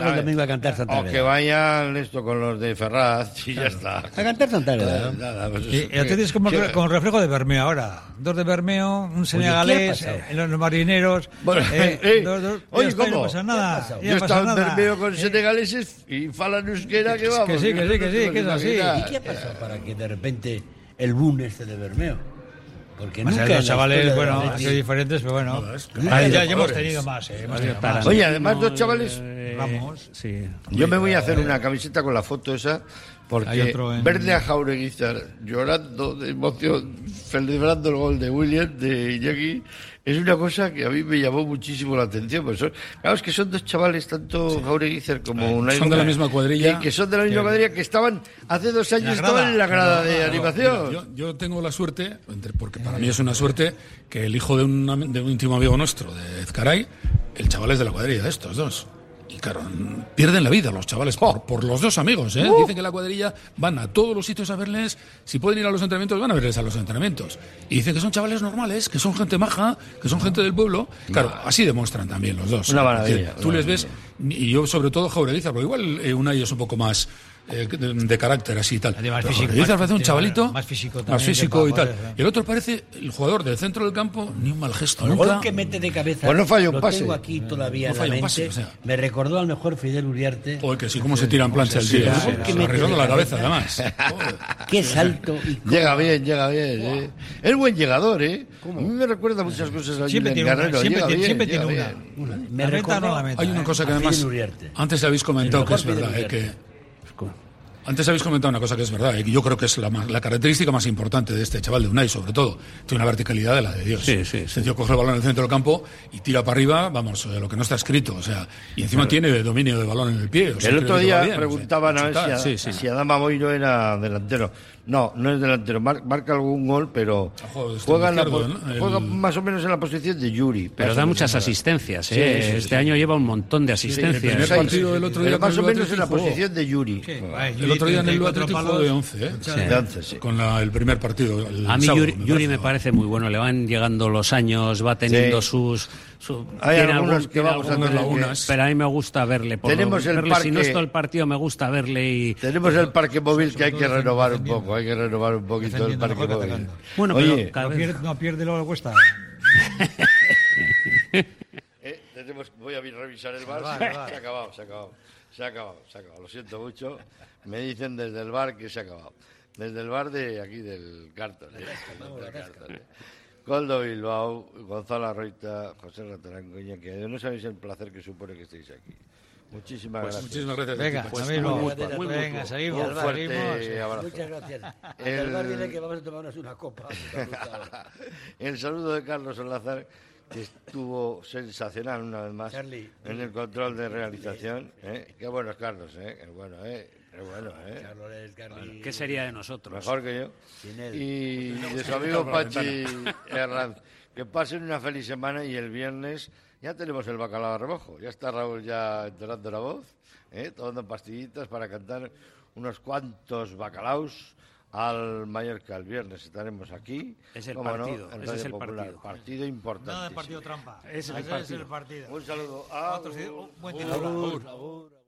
Speaker 6: Santa Reda.
Speaker 4: O que vaya esto con los de Ferraz, y ya está.
Speaker 6: A cantar Santa Reda.
Speaker 8: Y es como el reflejo de Bermeo ahora. 2 de Bermeo, un senegalés, los marineros.
Speaker 4: Oye, ¿cómo?
Speaker 8: No pasa nada.
Speaker 4: Yo he estado en Bermeo con senegaleses y falan euskera, que vamos.
Speaker 8: Que sí, que es así.
Speaker 6: ¿Y qué ha pasado para que de repente el boom de Bermeo? Porque nunca
Speaker 8: los chavales, bueno, han sido diferentes, pero bueno. Ya hemos tenido más.
Speaker 4: Oye, además 2 chavales...
Speaker 8: Vamos.
Speaker 7: Sí.
Speaker 4: Yo me voy a hacer una camiseta con la foto esa, porque verle a Jaureguizar llorando de emoción, celebrando el gol de William, de Iñaki, es una cosa que a mí me llamó muchísimo la atención. Pues claro, es que son 2 chavales, tanto Jaureguizar como Unai,
Speaker 5: son de la misma cuadrilla.
Speaker 4: Que son de la misma cuadrilla, que estaban, hace 2 años estaban en la grada de animación.
Speaker 5: Yo tengo la suerte, porque para mí es una suerte, que el hijo de un íntimo amigo nuestro, de Ezcaray, el chaval es de la cuadrilla de estos 2. Y claro, pierden la vida los chavales por los 2 amigos, ¿eh? Dicen que la cuadrilla van a todos los sitios a verles. Si pueden ir a los entrenamientos, van a verles a los entrenamientos. Y dicen que son chavales normales, que son gente maja, que son gente del pueblo. Claro, así demuestran también los 2.
Speaker 4: Una maravilla.
Speaker 5: Tú les ves, y yo sobre todo Jaureguizar, porque igual Unai es un poco más de carácter así y tal. Jaureguizar parece un chavalito
Speaker 8: más físico
Speaker 5: y tal. Y el otro parece el jugador del centro del campo, ni un mal gesto.
Speaker 6: El gol que mete de cabeza.
Speaker 4: Pues no falla un pase.
Speaker 6: Lo tengo aquí todavía
Speaker 5: no
Speaker 6: en la mente.
Speaker 5: Pase, o sea.
Speaker 6: Me recordó al mejor Fidel Uriarte.
Speaker 5: Joder, que sí, cómo se tira en plancha el tío. Arreglando la cabeza, además.
Speaker 6: Qué salto.
Speaker 4: Llega bien. Es buen llegador, ¿eh? ¿Cómo? A mí me recuerda muchas cosas al Guerrero.
Speaker 8: Siempre tiene una.
Speaker 6: Me recuerda.
Speaker 5: Hay una cosa que además antes habéis comentado que es verdad, Antes habéis comentado una cosa que es verdad, y yo creo que es la característica más importante de este chaval, de Unai, sobre todo. Tiene una verticalidad de la de Dios. Este tío coge el balón en el centro del campo y tira para arriba, vamos, lo que no está escrito. O sea, y encima tiene dominio de balón en el pie. O sea,
Speaker 4: el otro día preguntaban a ver si Adama Boiro era delantero. No es delantero. Marca algún gol, pero juega más o menos en la posición de Yuri.
Speaker 7: Pero da muchas asistencias. Este año lleva un montón de asistencias.
Speaker 5: El primer partido del otro día
Speaker 4: pero más o menos en la posición de Yuri.
Speaker 5: El otro día en el Atlético jugó de 11,
Speaker 4: De 11,
Speaker 5: con el primer partido.
Speaker 7: A mí Yuri me parece muy bueno. Le van llegando los años, va teniendo sus...
Speaker 4: Hay algunos que vamos a tener
Speaker 7: lagunas, pero a mí me gusta verle.
Speaker 4: Tenemos el parque,
Speaker 7: si no es todo el partido, me gusta verle. Y
Speaker 4: tenemos el parque móvil que hay que renovar un poco. Hay que renovar un poquito el parque móvil.
Speaker 8: Bueno, oye, no pierde lo que cuesta.
Speaker 4: Voy a revisar el bar. Se ha acabado. Lo siento mucho. Me dicen desde el bar que se ha acabado. Desde el bar de aquí del Carton. Coldo Bilbao, Gonzalo Arroita, José Ratarancoña, que no sabéis el placer que supone que estéis aquí. Muchísimas gracias.
Speaker 5: Muchísimas gracias.
Speaker 8: Venga,
Speaker 7: Pues
Speaker 8: venga, seguimos.
Speaker 4: Un fuerte abrazo.
Speaker 6: Muchas gracias. Además viene que vamos a tomarnos una copa.
Speaker 4: El saludo de Carlos Salazar, que estuvo sensacional una vez más, Charlie, en el control de realización. Qué bueno es Carlos, qué bueno,
Speaker 7: Carlos, ¿qué sería de nosotros?
Speaker 4: Mejor que yo. Sin él. Y de su amigo Pachi Herranz. Que pasen una feliz semana y el viernes ya tenemos el bacalao a remojo. Ya está Raúl ya entonando la voz, tomando pastillitas para cantar unos cuantos bacalaos al Mallorca. El viernes estaremos aquí.
Speaker 7: Es el partido.
Speaker 4: No,
Speaker 7: ese es el
Speaker 4: partido. Partido importante.
Speaker 8: No de partido trampa.
Speaker 7: Es el partido.
Speaker 4: Un saludo.
Speaker 8: Buen titular.